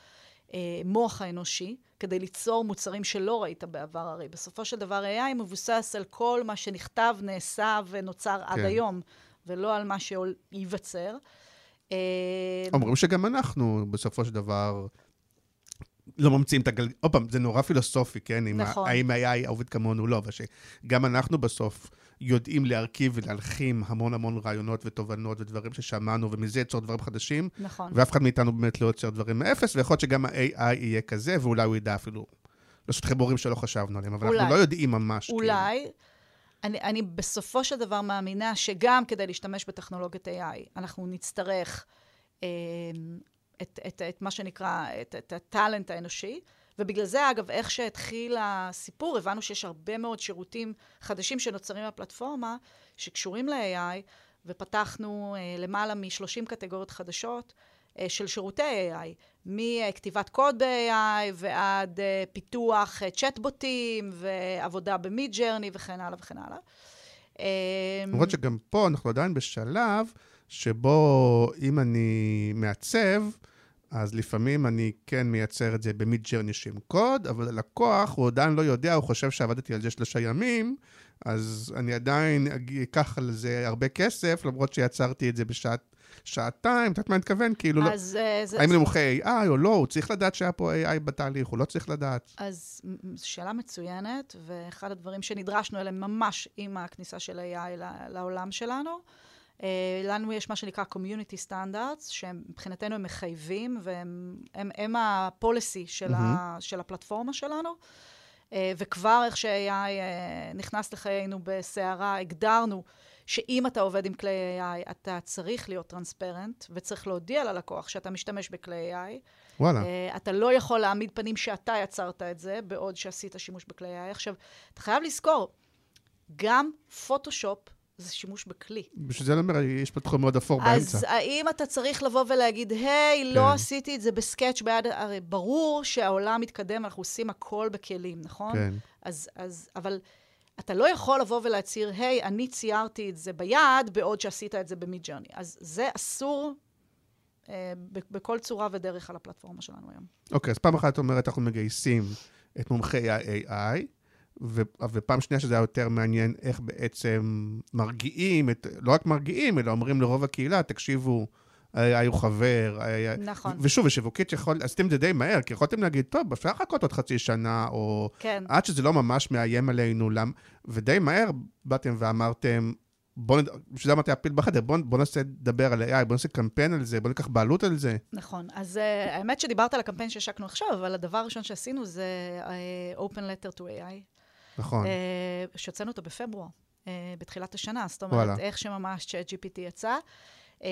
D: המוח האנושי, כדי ליצור מוצרים שלא ראית בעבר, הרי בסופו של דבר איי איי מבוסס על כל מה שנכתב, נעשה ונוצר עד היום, ולא על מה שייווצר.
C: אומרים שגם אנחנו, בסופו של דבר, לא ממציאים את הגלגל... עוד פעם, זה נורא פילוסופי, כן? נכון. האם איי איי עובד כמונו, לא, אבל שגם אנחנו בסוף יודעים להרכיב ולהלחים המון המון רעיונות ותובנות ודברים ששמענו, ומזה יצור דברים חדשים.
D: נכון.
C: ואף אחד מאיתנו באמת לא יוצר דברים מאפס, ויכול להיות שגם ה-איי איי יהיה כזה, ואולי הוא ידע אפילו לעשות חיבורים שלא חשבנו עליהם, אבל אולי. אנחנו לא יודעים ממש.
D: אולי. כאילו. אני, אני בסופו של דבר מאמינה שגם כדי להשתמש בטכנולוגיית איי איי, אנחנו נצטרך אה, את, את, את מה שנקרא, את, את הטלנט האנושי, ובגלל זה, אגב, איך שהתחיל הסיפור, הבנו שיש הרבה מאוד שירותים חדשים שנוצרים בפלטפורמה, שקשורים ל-איי איי, ופתחנו אה, למעלה מ-שלושים קטגוריות חדשות אה, של שירותי איי איי, מכתיבת קוד ב-איי איי ועד אה, פיתוח אה, צ'טבוטים ועבודה במיד ג'רני וכן הלאה וכן הלאה.
C: למרות שגם פה אנחנו עדיין בשלב שבו אם אני מעצב, אז לפעמים אני כן מייצר את זה במיד ג'רני שם קוד, אבל הלקוח הוא עדיין לא יודע, הוא חושב שעבדתי על זה שלושה ימים, אז אני עדיין אקח על זה הרבה כסף, למרות שיצרתי את זה בשעת שעתיים, אתה מה אני מתכוון? כאילו,
D: אז,
C: לא,
D: זה,
C: האם
D: זה...
C: זה מומחה איי איי או לא? הוא צריך לדעת שהיה פה איי איי בתהליך, הוא לא צריך לדעת.
D: אז שאלה מצוינת, ואחד הדברים שנדרשנו אליהם ממש עם הכניסה של איי איי לעולם שלנו, לנו יש מה שנקרא Community Standards, שמבחינתנו הם מחייבים, והם הם, הם הפוליסי של, mm-hmm. ה, של הפלטפורמה שלנו, וכבר איך ש-איי איי נכנס לחיינו בסערה, הגדרנו שאם אתה עובד עם כלי איי איי, אתה צריך להיות טרנספרנט, וצריך להודיע ללקוח שאתה משתמש בכלי איי איי.
C: וואלה.
D: אתה לא יכול להעמיד פנים שאתה יצרת את זה, בעוד שעשית שימוש בכלי איי איי. עכשיו, אתה חייב לזכור, גם פוטושופ, זה שימוש בכלי.
C: בשביל זה אומר, יש פה תחום מאוד אפור באמצע.
D: אז האם אתה צריך לבוא ולהגיד, היי, לא עשיתי את זה בסקאץ' ביד, הרי ברור שהעולם מתקדם, אנחנו עושים הכל בכלים, נכון?
C: כן.
D: אז, אז, אבל אתה לא יכול לבוא ולהצהיר, היי, אני ציירתי את זה ביד, בעוד שעשית את זה במיד ג'רני. אז זה אסור אה, בכל צורה ודרך על הפלטפורמה שלנו היום.
C: אוקיי, אז פעם אחת אומרת, אנחנו מגייסים את מומחי ה-איי איי, ו- ופעם שנייה שזה היה יותר מעניין איך בעצם מרגיעים, את, לא רק מרגיעים, אלא אומרים לרוב הקהילה, תקשיבו, היו חבר, היה...
D: נכון.
C: ושוב, ושיווקית שיכול, עשיתם את זה די מהר, כי יכולתם להגיד, טוב, אפשר לחכות עוד חצי שנה, או
D: כן.
C: עד שזה לא ממש מאיים עלינו, למ... ודי מהר באתם ואמרתם, בוא נד... בשביל זה אמרתי, הפיל בחדר, בוא, בוא נעשה לדבר על איי איי, בוא נעשה קמפיין על זה, בוא ניקח בעלות על זה.
D: נכון, אז uh, האמת שדיברת על הקמפיין שהשקנו עכשיו, אבל הדבר הראשון שעשינו זה uh, Open Letter to איי איי.
C: נכון.
D: Uh, שהוצאנו אותו בפברואר, uh, בתחילת השנה, זאת אומרת, וואלה. איך שממש ChatGPT יצא. Uh,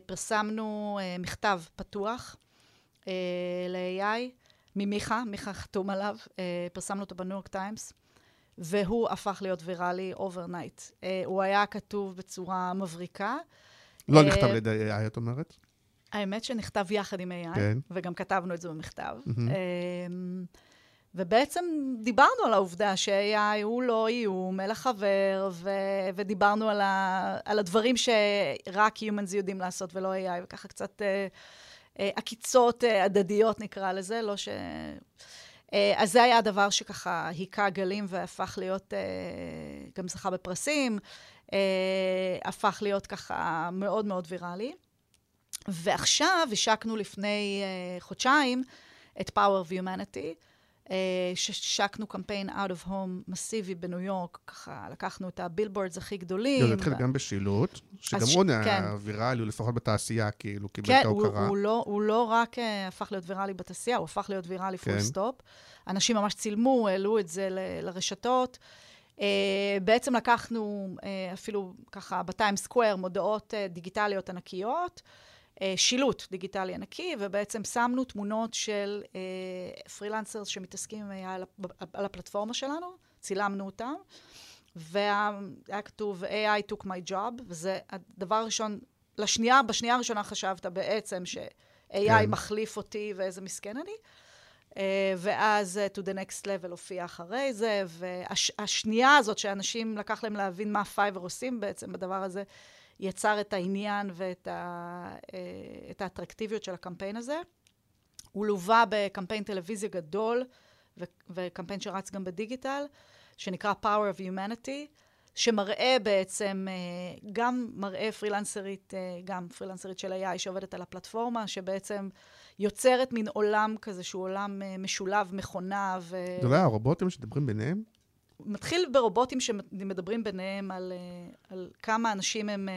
D: פרסמנו uh, מכתב פתוח uh, ל-איי איי, ממיכה, מיכה חתום עליו, uh, פרסמנו אותו בניו יורק טיימס, והוא הפך להיות ויראלי אוברנייט. Uh, הוא היה כתוב בצורה מבריקה.
C: לא uh, נכתב לידי איי איי, את אומרת?
D: האמת שנכתב יחד עם איי איי,
C: כן.
D: וגם כתבנו את זה במכתב.
C: Mm-hmm.
D: Uh, ובעצם דיברנו על העובדה ש-איי איי הוא לא איום, אלא חבר, ו- ודיברנו על, ה- על הדברים שרק humans יודעים לעשות ולא איי איי, וככה קצת אה, אה, עקיצות אה, הדדיות נקרא לזה, לא ש... אה, אז זה היה הדבר שככה היכה גלים והפך להיות, אה, גם זכה בפרסים, אה, הפך להיות ככה מאוד מאוד ויראלי. ועכשיו השקנו לפני אה, חודשיים את Power of Humanity, ששקנו קמפיין Out of Home מסיבי בניו יורק, ככה לקחנו את הבילבורדס הכי גדולים.
C: זה התחיל גם בשילוט, שגם הוא נהיה ויראלי, לפחות בתעשייה, כאילו, קיבל את ההוקרה.
D: כן, הוא לא רק הפך להיות ויראלי בתעשייה, הוא הפך להיות ויראלי פול סטופ. אנשים ממש צילמו, העלו את זה לרשתות. בעצם לקחנו אפילו ככה בטיים סקוואר מודעות דיגיטליות ענקיות, שילוט דיגיטלי ענקי, ובעצם שמנו תמונות של אה, פרילנסרס שמתעסקים עם על, על הפלטפורמה שלנו, צילמנו אותם, והיה כתוב איי איי took my job, וזה הדבר הראשון, לשנייה, בשנייה הראשונה חשבת בעצם ש-איי איי כן. מחליף אותי ואיזה מסכן אני, אה, ואז to the next level הופיע אחרי זה, והשנייה הזאת שאנשים לקח להם להבין מה פייבר עושים בעצם בדבר הזה, יצר את העניין ואת ה, את האטרקטיביות של הקמפיין הזה. הוא לווה בקמפיין טלוויזיה גדול, ו, וקמפיין שרץ גם בדיגיטל, שנקרא Power of Humanity, שמראה בעצם, גם מראה פרילנסרית, גם פרילנסרית של איי איי שעובדת על הפלטפורמה, שבעצם יוצרת מין עולם כזה, שהוא עולם משולב, מכונה ו...
C: זה לא היה הרובוטים שדברים ביניהם?
D: מתחיל ברובוטים שמדברים ביניהם על, על כמה אנשים הם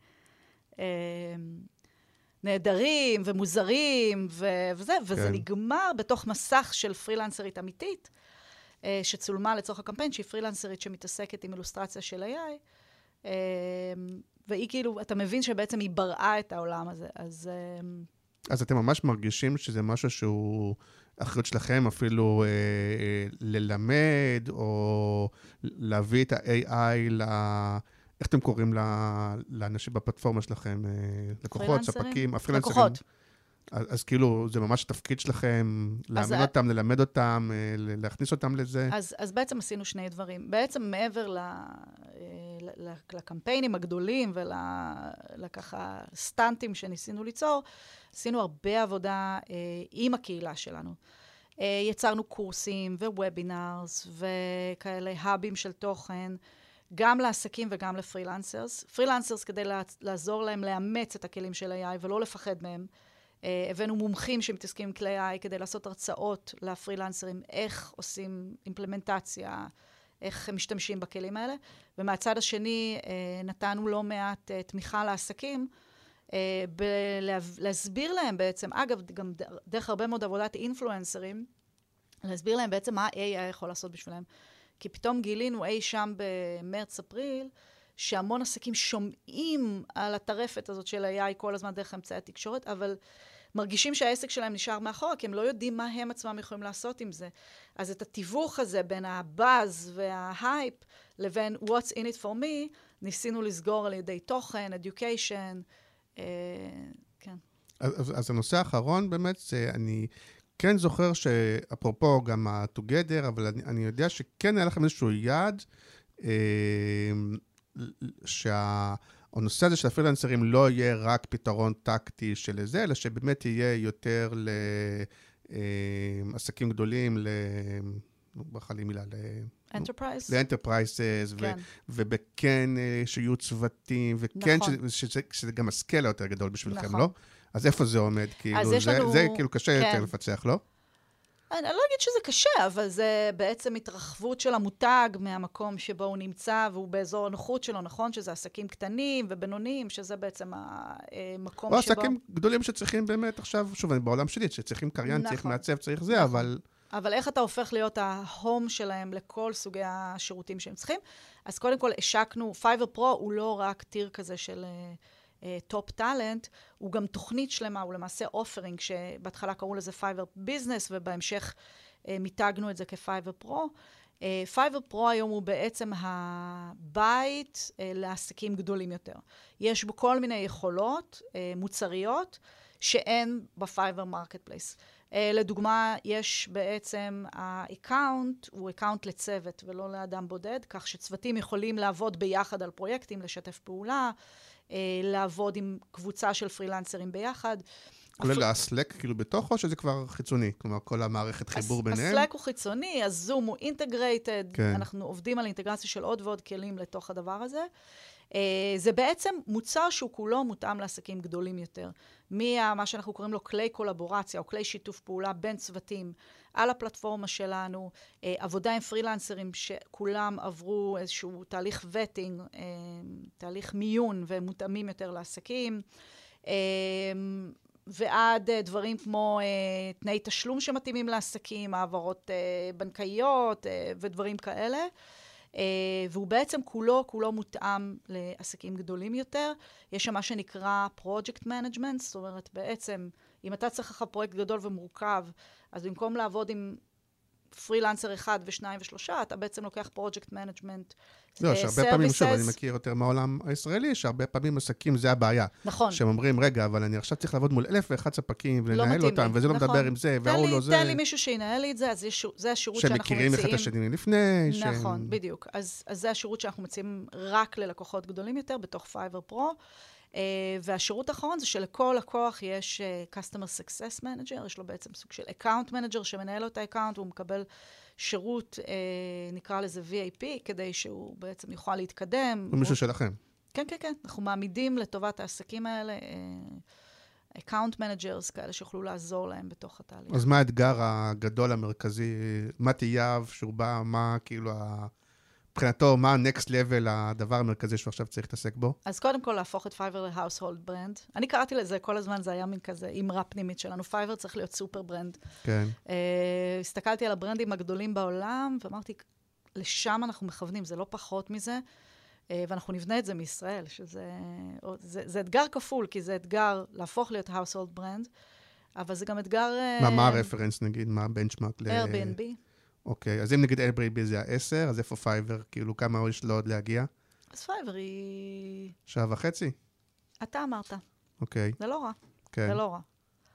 D: נהדרים ומוזרים וזה, וזה נגמר בתוך מסך של פרילנסרית אמיתית, שצולמה לצורך הקמפיין, שהיא פרילנסרית שמתעסקת עם אילוסטרציה של איי איי, והיא כאילו, אתה מבין שבעצם היא בראה את העולם הזה, אז...
C: אז אתם ממש מרגישים שזה משהו שהוא אחריות שלכם, אפילו אה, אה, ללמד, או להביא את ה-איי איי, ל... איך אתם קוראים לאנשים בפלטפורמה שלכם? אה, לקוחות, ספקים, הפרילנסרים? לקוחות. אז, אז כאילו, זה ממש התפקיד שלכם, לאמן אותם, ללמד אותם, להכניס אותם לזה?
D: אז, אז בעצם עשינו שני דברים. בעצם מעבר ל, ל, לקמפיינים הגדולים ולככה סטנטים שניסינו ליצור, עשינו הרבה עבודה אה, עם הקהילה שלנו. אה, יצרנו קורסים ווובינרס וכאלה האבים של תוכן, גם לעסקים וגם לפרילנסרס. פרילנסרס כדי לעזור להם לאמץ את הכלים של איי איי ולא לפחד מהם. Uh, הבאנו מומחים שמתעסקים עם כלי איי איי כדי לעשות הרצאות לפרילנסרים, איך עושים אימפלמנטציה, איך הם משתמשים בכלים האלה. ומהצד השני, uh, נתנו לא מעט uh, תמיכה לעסקים, uh, להסביר להם בעצם, אגב, גם דרך הרבה מאוד עבודת אינפלואנסרים, להסביר להם בעצם מה איי איי יכול לעשות בשבילם. כי פתאום גילינו אי שם במרץ-אפריל, שהמון עסקים שומעים על הטרפת הזאת של איי איי כל הזמן דרך אמצעי התקשורת, אבל מרגישים שהעסק שלהם נשאר מאחורה, כי הם לא יודעים מה הם עצמם יכולים לעשות עם זה. אז את התיווך הזה בין הבאז וההייפ לבין what's in it for me, ניסינו לסגור על ידי תוכן, education, אה, כן.
C: אז, אז הנושא האחרון באמת, זה אני כן זוכר שאפרופו גם ה-together, אבל אני, אני יודע שכן היה לכם איזשהו יעד, אה, שהנושא הזה של הפרילנסרים לא יהיה רק פתרון טקטי של זה, אלא שבאמת יהיה יותר לעסקים גדולים, ברכה לי מילה,
D: Enterprise?
C: לאנטרפרייסס, ובכן שיהיו צוותים, וכן שזה גם הסקל היותר גדול בשבילכם, לא? אז איפה זה עומד? זה כאילו קשה יותר לפצח, לא?
D: אני לא אגיד שזה קשה, אבל זה בעצם התרחבות של המותג מהמקום שבו הוא נמצא, והוא באזור הנוחות שלו, נכון? שזה עסקים קטנים ובינוניים, שזה בעצם המקום
C: שבו...
D: או
C: עסקים גדולים שצריכים באמת עכשיו, שוב, אני בעולם שלי, שצריכים קריין, צריך מעצב, צריך זה, אבל...
D: אבל איך אתה הופך להיות ההום שלהם לכל סוגי השירותים שהם צריכים? אז קודם כל, השקנו, Fiverr Pro הוא לא רק טיר כזה של... טופ טלנט, הוא גם תוכנית שלמה, הוא למעשה אופרינג, שבהתחלה קראו לזה Fiverr ביזנס, ובהמשך מיתגנו את זה כ-Fiverr Pro. Fiverr Pro היום הוא בעצם הבית לעסקים גדולים יותר. יש בו כל מיני יכולות מוצריות, שאין ב-Fiverr מרקטפלייס. לדוגמה, יש בעצם, האקאונט הוא אקאונט לצוות ולא לאדם בודד, כך שצוותים יכולים לעבוד ביחד על פרויקטים, לשתף פעולה, לעבוד עם קבוצה של פרילנסרים ביחד.
C: כולל הסלק כאילו בתוכו, או שזה כבר חיצוני? כלומר, כל המערכת חיבור ביניהם?
D: הסלק הוא חיצוני, הזום הוא אינטגרייטד, אנחנו עובדים על אינטגרציה של עוד ועוד כלים לתוך הדבר הזה. זה בעצם מוצר שהוא כולו מותאם לעסקים גדולים יותר. מה שאנחנו קוראים לו כלי קולבורציה, או כלי שיתוף פעולה בין צוותים על הפלטפורמה שלנו, עבודה עם פרילנסרים שכולם עברו איזשהו תהליך וטינג, תהליך מיון ומותאמים יותר לעסקים, ועד דברים כמו תנאי תשלום שמתאימים לעסקים, העברות בנקאיות ודברים כאלה. Uh, והוא בעצם כולו, כולו מותאם לעסקים גדולים יותר. יש שם מה שנקרא Project Management, זאת אומרת, בעצם, אם אתה צריך לך פרויקט גדול ומורכב, אז במקום לעבוד עם פרילנסר אחד ושניים ושלושה, אתה בעצם לוקח Project Management,
C: לא, שהרבה פעמים, שוב, אני מכיר יותר מהעולם הישראלי, שהרבה פעמים עסקים זה הבעיה.
D: נכון.
C: שהם אומרים, רגע, אבל אני עכשיו צריך לעבוד מול אלף ואחת ספקים, ולנהל אותם, וזה לא מדבר עם זה, והוא לא זה.
D: תן לי מישהו שינהל לי את זה, אז זה השירות שאנחנו מציעים.
C: שמכירים אחד את השני לפני.
D: נכון, בדיוק. אז זה השירות שאנחנו מציעים רק ללקוחות גדולים יותר, בתוך Fiverr Pro. והשירות האחרון זה שלכל לקוח יש Customer Success Manager, יש לו בעצם סוג של Account Manager שמנהל לו את האקאונט, והוא מקבל שירות, נקרא לזה וי איי פי, כדי שהוא בעצם יוכל להתקדם.
C: הוא מישהו שלכם.
D: כן, כן, כן. אנחנו מעמידים לטובת העסקים האלה, Account Managers כאלה שיוכלו לעזור להם בתוך התהליך.
C: אז מה האתגר הגדול המרכזי? מה תייב שהוא בא, מה כאילו ה... מבחינתו, מה ה-next level, הדבר המרכזי שהוא עכשיו צריך להתעסק בו?
D: אז קודם כל, להפוך את פייבר ל-household brand. אני קראתי לזה, כל הזמן זה היה מין כזה, אמרה פנימית שלנו, פייבר צריך להיות סופר ברנד.
C: כן.
D: Uh, הסתכלתי על הברנדים הגדולים בעולם, ואמרתי, לשם אנחנו מכוונים, זה לא פחות מזה, uh, ואנחנו נבנה את זה מישראל, שזה זה, זה אתגר כפול, כי זה אתגר להפוך להיות household brand, אבל זה גם אתגר...
C: מה, מה הרפרנס, נגיד? מה הבנצ'מארק?
D: Airbnb.
C: אוקיי, אז אם נגיד Airbnb זה ה-עשר, אז איפה פייבר? כאילו, כמה יש לו עוד להגיע?
D: אז פייבר היא...
C: שעה וחצי?
D: אתה אמרת.
C: אוקיי.
D: זה לא רע.
C: כן.
D: זה לא רע.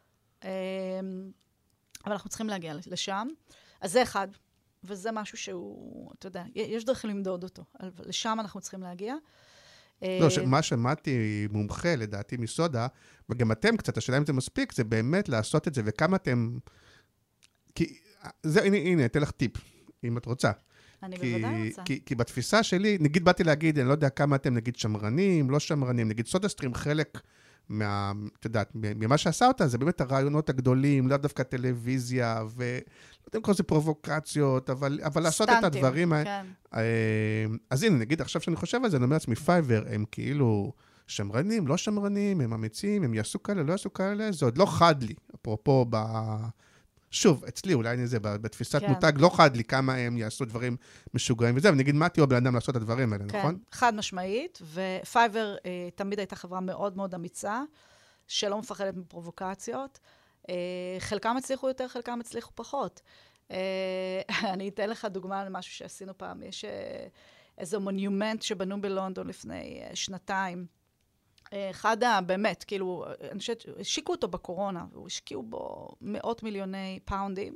D: אבל אנחנו צריכים להגיע לשם. אז זה אחד, וזה משהו שהוא, אתה יודע, יש דרך למדוד אותו. אבל לשם אנחנו צריכים להגיע.
C: לא, מה שמעתי מומחה, לדעתי, מסודה, וגם אתם קצת, השאלה אם זה מספיק, זה באמת לעשות את זה, וכמה אתם... כי... זה, הנה, הנה, אתן לך טיפ, אם את רוצה.
D: אני
C: כי,
D: בוודאי רוצה.
C: כי, כי בתפיסה שלי, נגיד באתי להגיד, אני לא יודע כמה אתם, נגיד, שמרנים, לא שמרנים, נגיד סודה סטרים, חלק מה, את יודעת, ממה שעשה אותה, זה באמת הרעיונות הגדולים, לא דווקא טלוויזיה, ולא יודע אם כל זה פרובוקציות, אבל, אבל לעשות את הדברים האלה.
D: כן.
C: אז הנה, נגיד, עכשיו שאני חושב על זה, אני אומר לעצמי, פייבר, הם כאילו שמרנים, לא שמרנים, הם אמיצים, הם יעשו כאלה, לא יעשו כאלה, זה עוד לא חד לי, אפרופו ב... שוב, אצלי, אולי אני זה, בתפיסת כן. מותג, לא חד לי כמה הם יעשו דברים משוגעים וזה, ונגיד, מה תהיו בן אדם לעשות את הדברים האלה,
D: כן,
C: נכון?
D: חד משמעית, ופייבר אה, תמיד הייתה חברה מאוד מאוד אמיצה, שלא מפחדת מפרובוקציות. אה, חלקם הצליחו יותר, חלקם הצליחו פחות. אה, אני אתן לך דוגמה למשהו שעשינו פעם. יש אה, איזה מונומנט שבנו בלונדון לפני אה, שנתיים, אחד באמת, כאילו, אני חושבת, השיקו אותו בקורונה, והשקיעו בו מאות מיליוני פאונדים.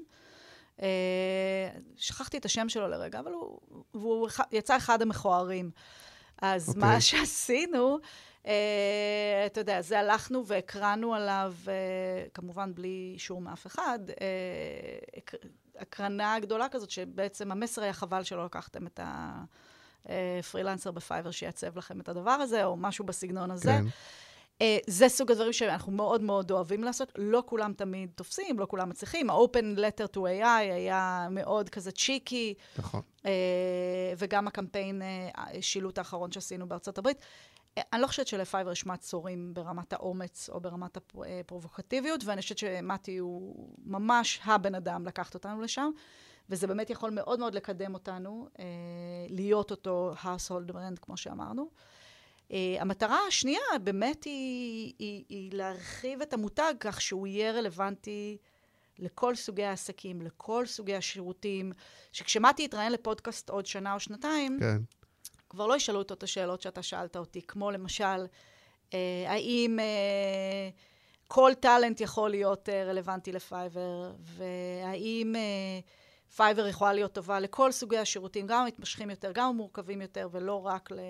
D: שכחתי את השם שלו לרגע, אבל הוא, והוא יצא אחד המכוערים. אז okay. מה שעשינו, אתה יודע, זה הלכנו והקרנו עליו, כמובן בלי אישור מאף אחד, הקרנה גדולה כזאת, שבעצם המסר היה חבל שלא לקחתם את ה... פרילנסר בפייבר שיעצב לכם את הדבר הזה, או משהו בסגנון הזה. כן. זה סוג הדברים שאנחנו מאוד מאוד אוהבים לעשות. לא כולם תמיד תופסים, לא כולם מצליחים. ה-Open Letter to איי איי היה מאוד כזה צ'יקי.
C: נכון.
D: וגם הקמפיין שילוט האחרון שעשינו בארצות הברית. אני לא חושבת שלפייבר יש מעצורים ברמת האומץ או ברמת הפרובוקטיביות, ואני חושבת שמתי הוא ממש הבן אדם לקחת אותנו לשם. וזה באמת יכול מאוד מאוד לקדם אותנו, אה, להיות אותו household brand, כמו שאמרנו. אה, המטרה השנייה באמת היא, היא, היא להרחיב את המותג כך שהוא יהיה רלוונטי לכל סוגי העסקים, לכל סוגי השירותים, שכשמתי התראיין לפודקאסט עוד שנה או שנתיים, כן. כבר לא ישאלו אותו את השאלות שאתה שאלת אותי, כמו למשל, אה, האם אה, כל טלנט יכול להיות אה, רלוונטי לפייבר, והאם... אה, פייבר יכולה להיות טובה לכל סוגי השירותים, גם המתמשכים יותר, גם המורכבים יותר, ולא רק ל...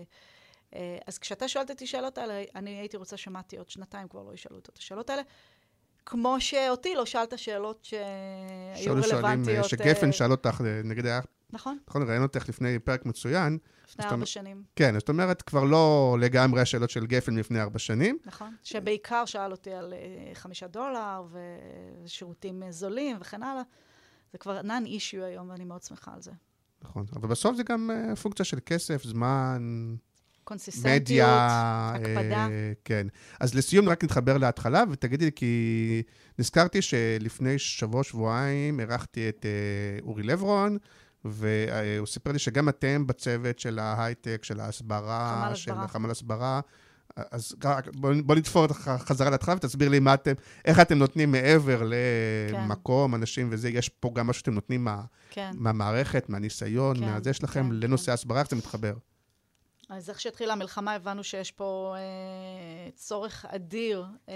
D: אז כשאתה שואלת את השאלות האלה, אני הייתי רוצה שמעתי עוד שנתיים, כבר לא ישאלו את השאלות האלה, כמו שאותי לא שאלת שאלות שהיו רלוונטיות.
C: שגפן שאל אותך, נגיד היה...
D: נכון.
C: נכון, ראינו אותך לפני פרק מצוין.
D: לפני ארבע שנים.
C: כן, זאת אומרת, כבר לא לגמרי השאלות של גפן לפני ארבע שנים.
D: נכון, שבעיקר שאל אותי על חמישה דולר, ושירותים זולים וכן הלאה. זה כבר non-issue היום, ואני מאוד שמחה על זה.
C: נכון, אבל בסוף זה גם uh, פונקציה של כסף, זמן,
D: קונסיסטנטיות,
C: מדיה,
D: הקפדה.
C: Uh, כן. אז לסיום רק נתחבר להתחלה, ותגידי לי, כי נזכרתי שלפני שבוע, שבועיים, ערכתי את uh, אורי לברון, והוא סיפר לי שגם אתם בצוות של ההייטק, של ההסברה,
D: חמל
C: של
D: הסברה.
C: חמל הסברה, אז בוא, בוא נתפור אותך חזרה להתחלה, ותסביר לי מה אתם, איך אתם נותנים מעבר למקום, כן. אנשים וזה, יש פה גם מה שאתם נותנים מה, כן. מהמערכת, מהניסיון, כן, מהזה שלכם, כן, לנושא כן. הסברה, איך זה מתחבר?
D: אז איך שהתחילה המלחמה, הבנו שיש פה אה, צורך אדיר, אה,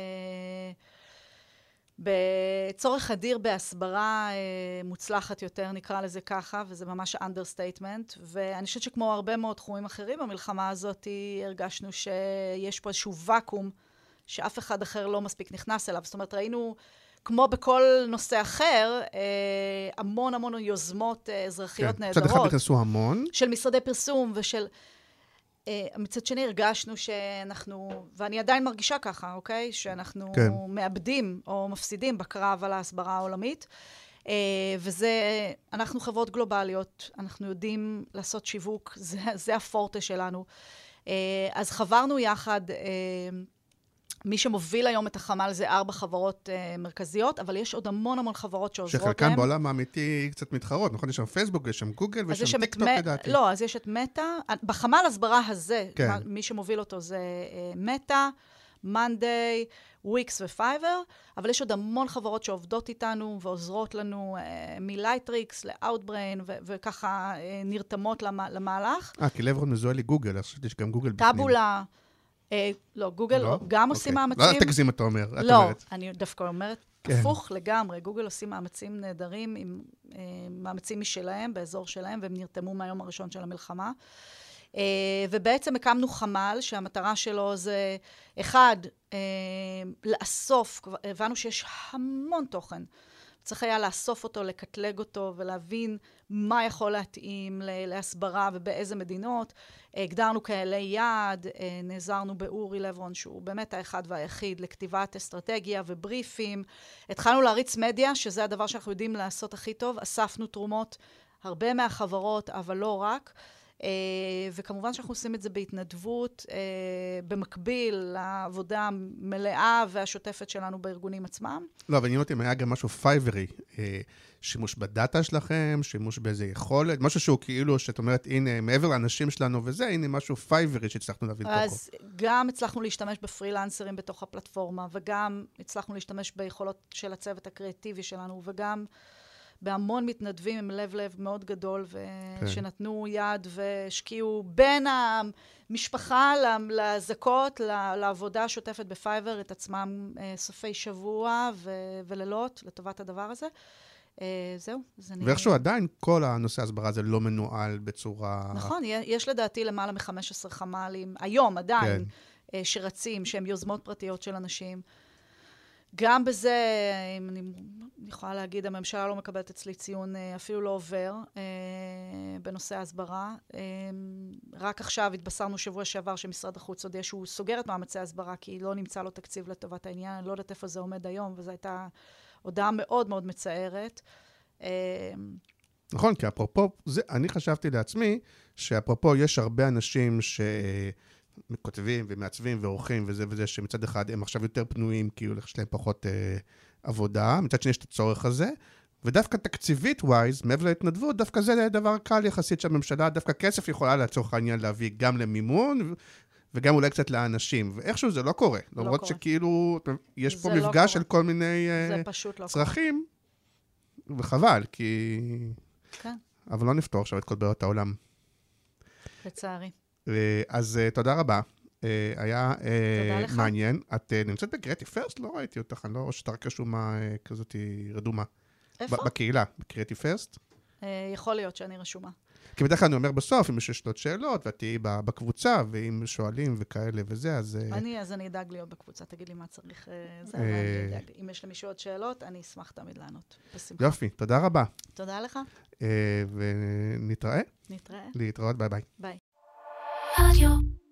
D: בצורך אדיר בהסברה אה, מוצלחת יותר, נקרא לזה ככה, וזה ממש understatement, ואני חושבת שכמו הרבה מאוד תחומים אחרים, במלחמה הזאת הרגשנו שיש פה איזשהו ואקום, שאף אחד אחר לא מספיק נכנס אליו. זאת אומרת, ראינו, כמו בכל נושא אחר, אה, המון המון יוזמות אה, אזרחיות כן, נהדרות.
C: מצד אחד נכנסו המון.
D: של משרדי פרסום ושל... Uh, מצד שני הרגשנו שאנחנו, ואני עדיין מרגישה ככה, אוקיי? שאנחנו כן. מאבדים או מפסידים בקרב על ההסברה העולמית. Uh, וזה, אנחנו חברות גלובליות, אנחנו יודעים לעשות שיווק, זה, זה הפורטה שלנו. אז חברנו יחד, מי שמוביל היום את החמ"ל זה ארבע חברות uh, מרכזיות, אבל יש עוד המון המון חברות שעוזרות להם.
C: שחלקן בעולם האמיתי קצת מתחרות, נכון? יש שם פייסבוק, יש שם גוגל ויש שם טיקטוק לדעתי.
D: לא, אז יש את מטא. בחמ"ל הסברה הזה,
C: כן.
D: מי שמוביל אותו זה uh, מטא, מונדיי, וויקס ופייבר, אבל יש עוד המון חברות שעובדות איתנו ועוזרות לנו uh, מלייטריקס לאוטבריין, ו- וככה uh, נרתמות למה- למהלך.
C: אה, כי לברון מזוהה לי גוגל, אז יש גם גוגל בפנים.
D: טאבולה. אה, לא, גוגל
C: לא?
D: גם
C: אוקיי.
D: עושים מאמצים.
C: לא, תגזים אתה אומר, את
D: לא,
C: אומרת.
D: אני דווקא אומרת,
C: כן.
D: הפוך לגמרי. גוגל עושים מאמצים נהדרים, עם אה, מאמצים משלהם, באזור שלהם, והם נרתמו מהיום הראשון של המלחמה. אה, ובעצם הקמנו חמ"ל, שהמטרה שלו זה, אחד, אה, לאסוף, כבר, הבנו שיש המון תוכן. צריך היה לאסוף אותו, לקטלג אותו, ולהבין מה יכול להתאים להסברה ובאיזה מדינות. הגדרנו כאלה יעד, נעזרנו באורי לברון, שהוא באמת האחד והיחיד לכתיבת אסטרטגיה ובריפים. התחלנו להריץ מדיה, שזה הדבר שאנחנו יודעים לעשות הכי טוב. אספנו תרומות, הרבה מהחברות, אבל לא רק. וכמובן שאנחנו עושים את זה בהתנדבות, במקביל לעבודה המלאה והשוטפת שלנו בארגונים עצמם.
C: לא, אבל אני יודעת אם היה גם משהו פייברי, שימוש בדאטה שלכם, שימוש באיזה יכולת, משהו שהוא כאילו, שאת אומרת, הנה, מעבר לאנשים שלנו וזה, הנה משהו פייברי שהצלחנו להביא לתוכו.
D: אז גם הצלחנו להשתמש בפרילנסרים בתוך הפלטפורמה, וגם הצלחנו להשתמש ביכולות של הצוות הקריאטיבי שלנו, וגם בהמון מתנדבים עם לב לב מאוד גדול, ושנתנו יד והשקיעו בין המשפחה לזכות, לעבודה השוטפת בפייבר, את עצמם סופי שבוע ולילות לטובת הדבר הזה. זהו.
C: ואיכשהו עדיין כל הנושא ההסברה הזה לא מנוהל בצורה...
D: נכון, יש לדעתי למעלה מ-חמש עשרה חמ"לים, היום עדיין, שרצים, שהם יוזמות פרטיות של אנשים. גם בזה, אם אני יכולה להגיד, הממשלה לא מקבלת אצלי ציון, אפילו לא עובר, בנושא ההסברה. רק עכשיו התבשרנו שבוע שעבר שמשרד החוץ הודיע שהוא סוגר את מאמצי ההסברה, כי לא נמצא לו תקציב לטובת העניין. אני לא יודעת איפה זה עומד היום, וזו הייתה הודעה מאוד מאוד מצערת.
C: נכון, כי אפרופו, זה, אני חשבתי לעצמי, שאפרופו יש הרבה אנשים ש... כותבים ומעצבים ועורכים וזה וזה, שמצד אחד הם עכשיו יותר פנויים, כאילו יש להם פחות אה, עבודה, מצד שני יש את הצורך הזה, ודווקא תקציבית ווייז, מעבר להתנדבות, דווקא זה דבר קל יחסית שהממשלה, דווקא כסף יכולה לצורך העניין להביא גם למימון, וגם אולי קצת לאנשים, ואיכשהו זה לא קורה, לא למרות קורה. שכאילו יש פה מפגש לא של כל מיני אה, לא צרכים, קורה. וחבל, כי...
D: כן.
C: אבל לא נפתור עכשיו את כל בעיות העולם.
D: לצערי.
C: אז תודה רבה, היה מעניין. את נמצאת בקריאטיב פרסט? לא ראיתי אותך, אני לא רואה שאתה רק רשומה כזאת רדומה.
D: איפה?
C: בקהילה, בקריאטיב פרסט.
D: יכול להיות שאני רשומה.
C: כי בדרך כלל אני אומר בסוף, אם יש עוד שאלות, ואת תהיי בקבוצה, ואם שואלים וכאלה וזה, אז...
D: אני, אז אני אדאג להיות בקבוצה, תגיד לי מה צריך, זה, אם יש למישהו עוד שאלות, אני אשמח תמיד לענות.
C: יופי, תודה רבה.
D: תודה לך.
C: ונתראה.
D: נתראה.
C: להתראות, ביי ביי.
D: ביי.
A: Radio